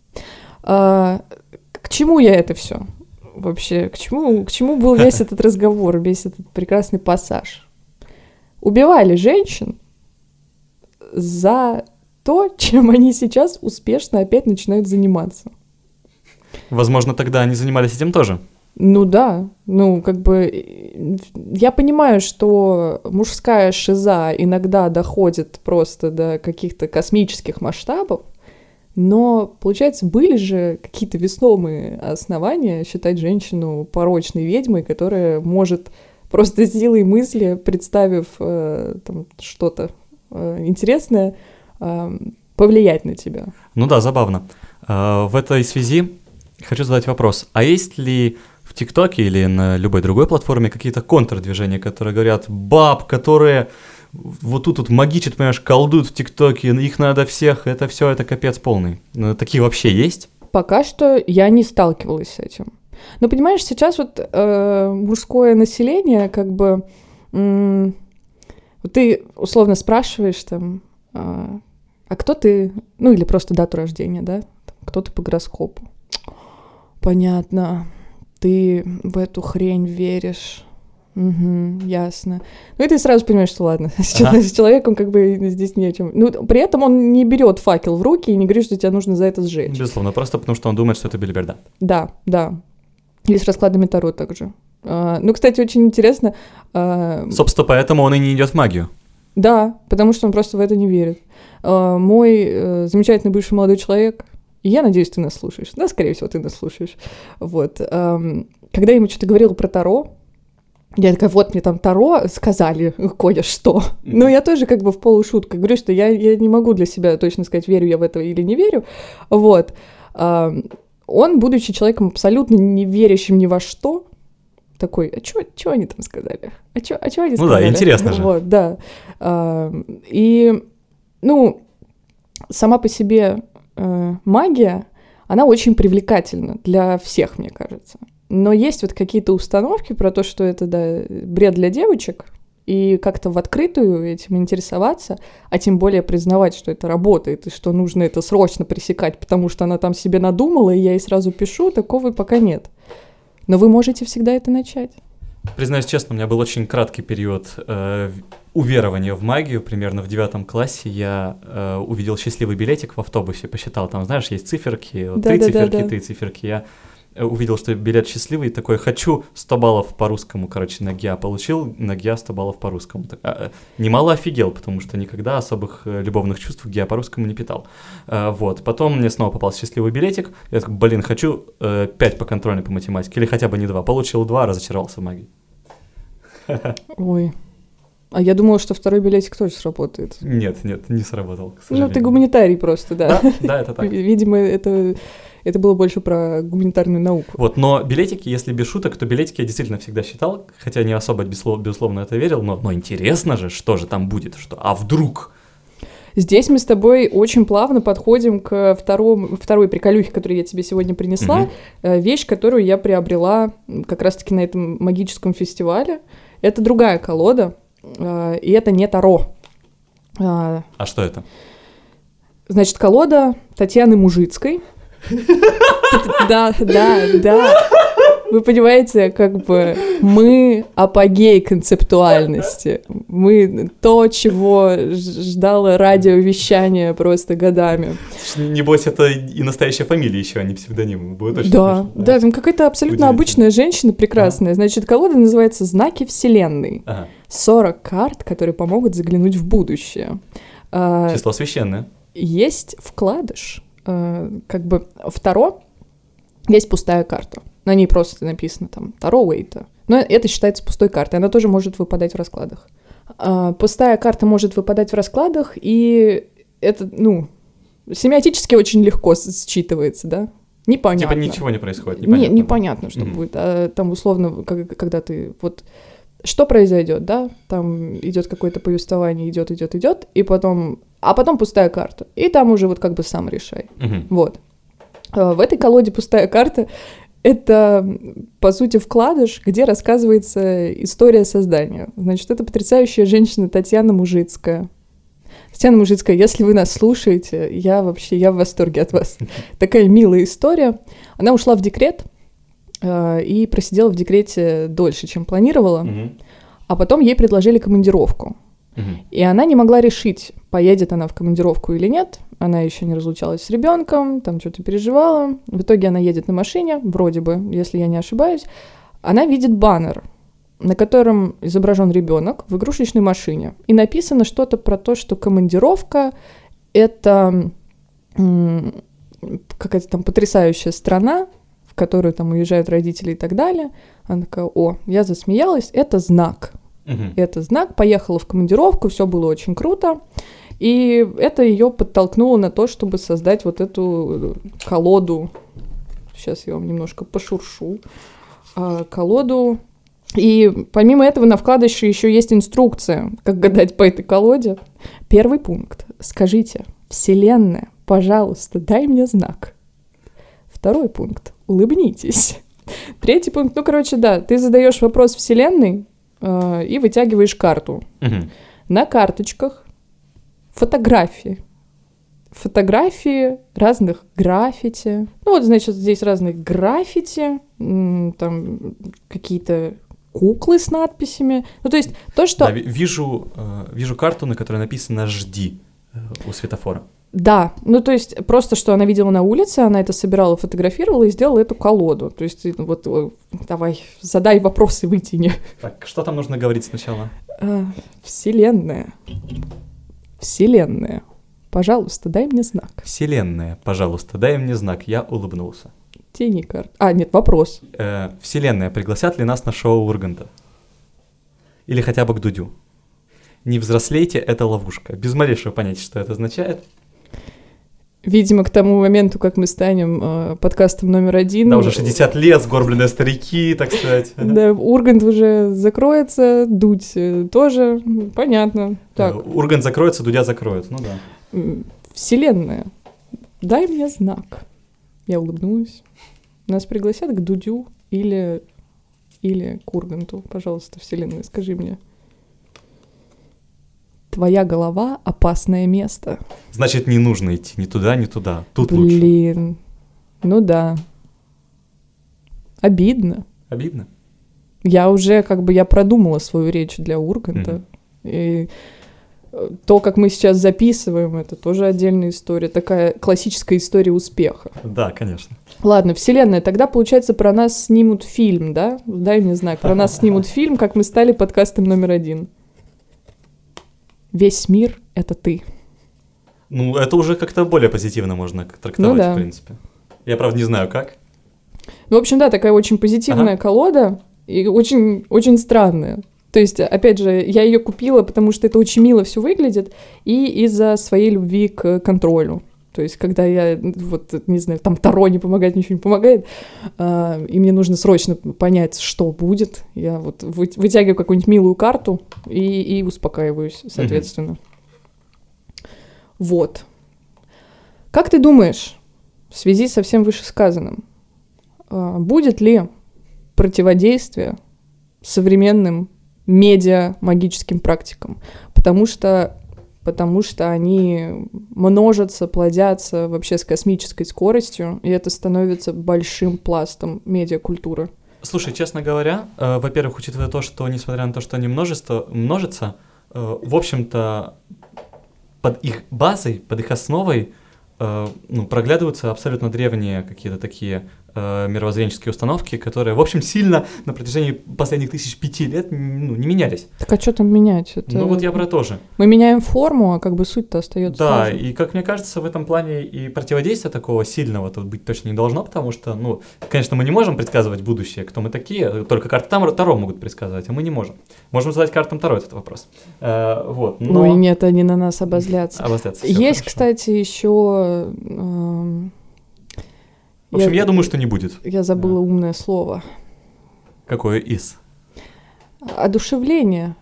S2: К чему я это все? Вообще, к чему был весь этот разговор, весь этот прекрасный пассаж? Убивали женщин за то, чем они сейчас успешно опять начинают заниматься.
S1: Возможно, тогда они занимались этим тоже.
S2: Ну да, ну как бы я понимаю, что мужская шиза иногда доходит просто до каких-то космических масштабов, но, получается, были же какие-то весомые основания считать женщину порочной ведьмой, которая может просто силой мысли, представив там, что-то интересное, повлиять на тебя.
S1: Ну да, забавно. В этой связи хочу задать вопрос. А есть ли в ТикТоке или на любой другой платформе какие-то контрдвижения, которые говорят, баб, которые вот тут магичат, понимаешь, колдуют в ТикТоке, их надо всех, это все, это капец полный. Такие вообще есть?
S2: Пока что я не сталкивалась с этим. Но понимаешь, сейчас вот мужское население, как бы, ты условно спрашиваешь там, а кто ты, ну или просто дату рождения, да, кто ты по гороскопу. Понятно. ты в эту хрень веришь. Угу, ясно. Ну и ты сразу понимаешь, что ладно, с человеком как бы здесь не о чем. Ну, при этом он не берет факел в руки и не говорит, что тебе нужно за это сжечь.
S1: Безусловно, просто потому что он думает, что это белиберда.
S2: Да. Или с раскладами Таро также. Ну, кстати, очень интересно.
S1: Собственно, поэтому он и не идет в магию.
S2: Да, потому что он просто в это не верит. Мой замечательный бывший молодой человек, и я надеюсь, ты нас слушаешь. Да, скорее всего, ты нас слушаешь. Вот. Когда я ему что-то говорила про Таро, я такая, вот мне там Таро сказали кое-что. Но я тоже как бы в полушутку говорю, что я не могу для себя точно сказать, верю я в это или не верю. Вот. Он, будучи человеком абсолютно не верящим ни во что, такой, а чё они там сказали? А чё они сказали?
S1: Ну да, интересно же.
S2: Вот, да. И, ну, сама по себе магия, она очень привлекательна для всех, мне кажется. Но есть вот какие-то установки про то, что это, да, бред для девочек, и как-то в открытую этим интересоваться, а тем более признавать, что это работает, и что нужно это срочно пресекать, потому что она там себе надумала, и я ей сразу пишу, такого пока нет. Но вы можете всегда это начать.
S1: Признаюсь честно, у меня был очень краткий период уверования в магию. Примерно в 9 классе я увидел счастливый билетик в автобусе, посчитал, там, знаешь, есть циферки, вот, три циферки. Я увидел, что билет счастливый, такой, хочу 100 баллов по русскому, короче, на ГИА. Получил на ГИА 100 баллов по русскому. Немало офигел, потому что никогда особых любовных чувств ГИА по русскому не питал. Вот. Потом мне снова попался счастливый билетик. Я такой, блин, хочу 5 по контрольной по математике, или хотя бы не 2. Получил 2, разочаровался в магии.
S2: Ой. А я думала, что второй билетик тоже сработает.
S1: Нет, не сработал, к сожалению.
S2: Ну, ты гуманитарий просто, да.
S1: Да, это так.
S2: Видимо, это было больше про гуманитарную науку.
S1: Вот, но билетики, если без шуток, то билетики я действительно всегда считал, хотя не особо, безусловно, это верил, но интересно же, что же там будет, а вдруг? Здесь
S2: мы с тобой очень плавно подходим к второй приколюхе, которую я тебе сегодня принесла. Вещь, которую я приобрела как раз-таки на этом магическом фестивале. Это другая колода, и это не Таро.
S1: А что это?
S2: Значит, колода Татьяны Мужицкой. Да. Вы понимаете, как бы мы апогей концептуальности. Мы то, чего ждало радиовещание просто годами.
S1: Небось, это и настоящая фамилия еще, а не псевдоним.
S2: Да, там какая-то абсолютно обычная женщина прекрасная. Значит, колода называется «Знаки Вселенной». 40 карт, которые помогут заглянуть в будущее.
S1: Число священное.
S2: Есть вкладыш. Как бы в Таро есть пустая карта. На ней просто написано там Таро Уэйта. Но это считается пустой картой. Она тоже может выпадать в раскладах. Пустая карта может выпадать в раскладах, и это, семиотически очень легко считывается, да? Непонятно.
S1: Типа ничего не происходит.
S2: Непонятно, что будет. Там условно, когда ты вот... Что произойдет, да? Там идет какое-то повествование, идет, и потом пустая карта. И там уже вот как бы сам решай. Вот. В этой колоде пустая карта — это, по сути, вкладыш, где рассказывается история создания. Значит, это потрясающая женщина Татьяна Мужицкая. Татьяна Мужицкая, если вы нас слушаете, я в восторге от вас. Такая милая история. Она ушла в декрет, и просидела в декрете дольше, чем планировала, а потом ей предложили командировку. И она не могла решить, поедет она в командировку или нет. Она еще не разлучалась с ребенком, там что-то переживала. В итоге она едет на машине, вроде бы, если я не ошибаюсь. Она видит баннер, на котором изображен ребенок в игрушечной машине. И написано что-то про то, что командировка — это какая-то там потрясающая страна, в которую там уезжают родители и так далее. Она такая, я засмеялась, это знак. Это знак, поехала в командировку, все было очень круто. И это ее подтолкнуло на то, чтобы создать вот эту колоду. Сейчас я вам немножко пошуршу. Колоду. И помимо этого на вкладыше еще есть инструкция, как гадать по этой колоде. Первый пункт. Скажите, Вселенная, пожалуйста, дай мне знак. Второй пункт. Улыбнитесь. Третий пункт. Ты задаешь вопрос Вселенной и вытягиваешь карту. На карточках фотографии. фотографии разных граффити. Ну вот, значит, здесь разные граффити, там какие-то куклы с надписями. Ну то есть то, что...
S1: Да, вижу карту, на которой написано «Жди» у светофора.
S2: Да, ну то есть просто, что она видела на улице, она это собирала, фотографировала и сделала эту колоду. То есть вот давай, задай вопросы, вытяни.
S1: Так, что там нужно говорить сначала?
S2: Вселенная. Вселенная. Пожалуйста, дай мне знак.
S1: Вселенная, пожалуйста, дай мне знак. Я улыбнулся.
S2: Тяни карту. Нет, вопрос.
S1: Вселенная, пригласят ли нас на шоу Урганта? Или хотя бы к Дудю? Не взрослейте, это ловушка. Без малейшего понятия, что это означает.
S2: Видимо, к тому моменту, как мы станем подкастом номер 1...
S1: Да, уже 60 лет, сгорбленные старики, так сказать.
S2: Да, Ургант уже закроется, Дудь тоже, понятно. Так.
S1: Ургант закроется, Дудя закроет, ну да.
S2: Вселенная, дай мне знак. Я улыбнулась. Нас пригласят к Дудю или к Урганту. Пожалуйста, Вселенная, скажи мне. Твоя голова — опасное место.
S1: Значит, не нужно идти ни туда, ни туда. Тут лучше.
S2: Блин, ну да. Обидно.
S1: Обидно?
S2: Я уже я продумала свою речь для Урганта. И то, как мы сейчас записываем, это тоже отдельная история. Такая классическая история успеха.
S1: Да, конечно.
S2: Ладно, Вселенная, тогда, получается, про нас снимут фильм, да? Дай мне знак. Про нас снимут фильм, как мы стали подкастом номер 1. Весь мир — это ты.
S1: Ну, это уже как-то более позитивно можно трактовать, в принципе. Я, правда, не знаю, как.
S2: Ну, в общем, да, такая очень позитивная колода и очень, очень странная. То есть, опять же, я ее купила, потому что это очень мило все выглядит, и из-за своей любви к контролю. То есть, когда я, не знаю, там Таро не помогает, ничего не помогает, и мне нужно срочно понять, что будет, я вытягиваю какую-нибудь милую карту и успокаиваюсь, соответственно. Вот. Как ты думаешь, в связи со всем вышесказанным, будет ли противодействие современным медиа-магическим практикам? Потому что они множатся, плодятся вообще с космической скоростью, и это становится большим пластом медиакультуры.
S1: Слушай, честно говоря, во-первых, учитывая то, что, несмотря на то, что они множатся, в общем-то, под их базой, под их основой проглядываются абсолютно древние какие-то такие мировоззренческие установки, которые, в общем, сильно на протяжении последних 1005 лет не менялись.
S2: Так а что там менять?
S1: Ну вот я про то же.
S2: Мы меняем форму, а суть-то остается.
S1: Да, и как мне кажется, в этом плане и противодействия такого сильного тут быть точно не должно, потому что, конечно, мы не можем предсказывать будущее, кто мы такие, только карты Таро могут предсказывать, а мы не можем. Можем задать картам Таро этот вопрос. Но...
S2: Ой, нет, они на нас обозлятся. Есть,
S1: хорошо.
S2: Кстати, еще...
S1: В общем, я думаю, что не будет.
S2: Я забыла умное слово.
S1: Какое из?
S2: Одушевление.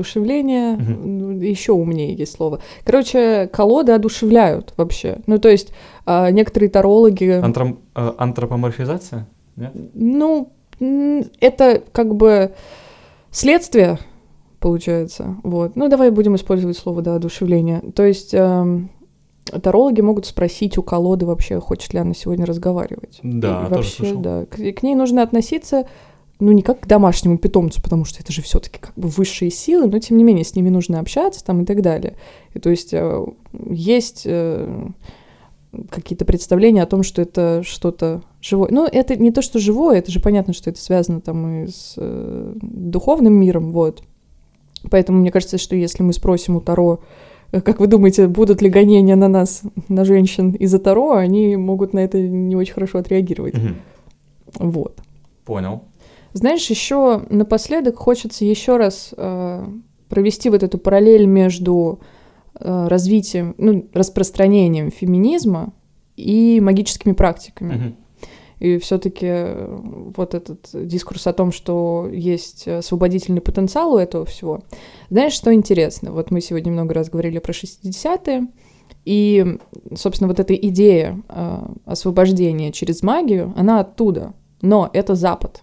S2: Еще умнее есть слово. Короче, колоды одушевляют вообще. Ну, то есть, некоторые тарологи...
S1: Антропоморфизация? Нет?
S2: Ну, это следствие, получается. Вот. Ну, давай будем использовать слово, одушевление. То есть... тарологи могут спросить у колоды вообще, хочет ли она сегодня разговаривать.
S1: Да,
S2: тоже слышал. Да. К ней нужно относиться, не как к домашнему питомцу, потому что это же все-таки высшие силы, но тем не менее с ними нужно общаться там и так далее. И то есть есть какие-то представления о том, что это что-то живое. Ну, это не то, что живое, это же понятно, что это связано там и с духовным миром, вот. Поэтому мне кажется, что если мы спросим у Таро, как вы думаете, будут ли гонения на нас, на женщин из-за Таро, они могут на это не очень хорошо отреагировать. Вот.
S1: Понял.
S2: Знаешь, еще напоследок хочется еще раз провести вот эту параллель между развитием, распространением феминизма и магическими практиками. И все-таки вот этот дискурс о том, что есть освободительный потенциал у этого всего. Знаешь, что интересно? Вот мы сегодня много раз говорили про 60-е, и, собственно, вот эта идея освобождения через магию, она оттуда. Но это Запад.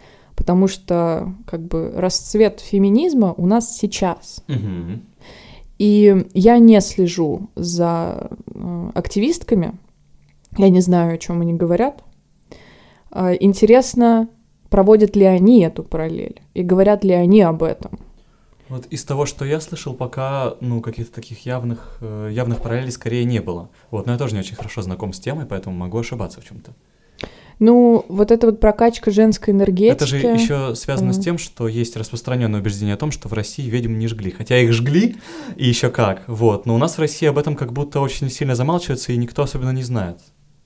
S2: Потому что расцвет феминизма у нас сейчас. И я не слежу за активистками, я не знаю, о чем они говорят. Интересно, проводят ли они эту параллель и говорят ли они об этом.
S1: Вот из того, что я слышал, пока, каких-то таких явных параллелей скорее не было. Вот, но я тоже не очень хорошо знаком с темой, поэтому могу ошибаться в чем-то.
S2: Вот эта вот прокачка женской энергетики...
S1: Это же еще связано с тем, что есть распространенное убеждение о том, что в России ведьм не жгли. Хотя их жгли, и еще как, вот. Но у нас в России об этом как будто очень сильно замалчивается, и никто особенно не знает.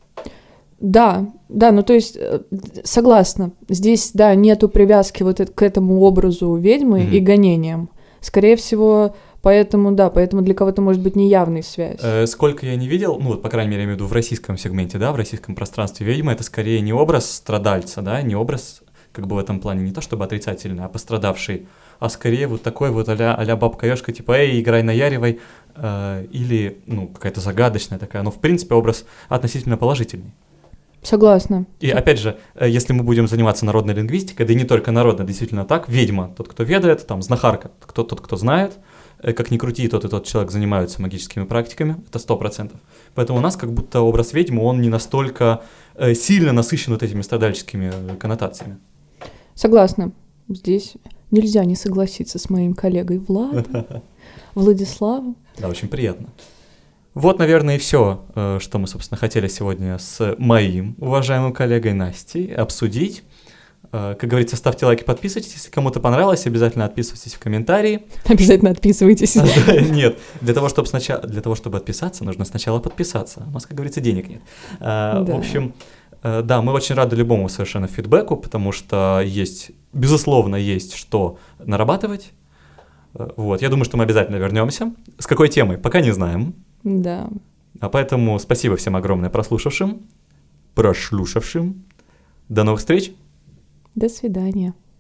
S2: Да, то есть согласна. Здесь, нету привязки вот к этому образу ведьмы и гонениям. Скорее всего, поэтому для кого-то может быть неявная связь.
S1: Сколько я не видел, по крайней мере, я имею в виду в российском сегменте, в российском пространстве ведьмы, это скорее не образ страдальца, не образ, в этом плане, не то чтобы отрицательный, а пострадавший, а скорее вот такой вот а-ля бабка-ёшка, типа «Эй, играй наяривай», или, какая-то загадочная такая, но, в принципе, образ относительно положительный.
S2: Согласна.
S1: И опять же, если мы будем заниматься народной лингвистикой, да и не только народной, действительно так, ведьма, тот, кто ведает, там, знахарка, тот, кто знает, как ни крути, тот и тот человек занимаются магическими практиками, это 100%. Поэтому у нас как будто образ ведьмы, он не настолько сильно насыщен вот этими страдальческими коннотациями.
S2: Согласна. Здесь нельзя не согласиться с моим коллегой Владиславом.
S1: Да, очень приятно. Вот, наверное, и все, что мы, собственно, хотели сегодня с моим уважаемым коллегой Настей обсудить. Как говорится, ставьте лайки, подписывайтесь. Если кому-то понравилось, обязательно отписывайтесь в комментарии.
S2: Обязательно отписывайтесь.
S1: Нет, для того, чтобы отписаться, нужно сначала подписаться. У нас, как говорится, денег нет. В общем, мы очень рады любому совершенно фидбэку, потому что безусловно, есть что нарабатывать. Вот, я думаю, что мы обязательно вернемся. С какой темой? Пока не знаем.
S2: Да.
S1: А поэтому спасибо всем огромное прослушавшим. До новых встреч.
S2: До свидания.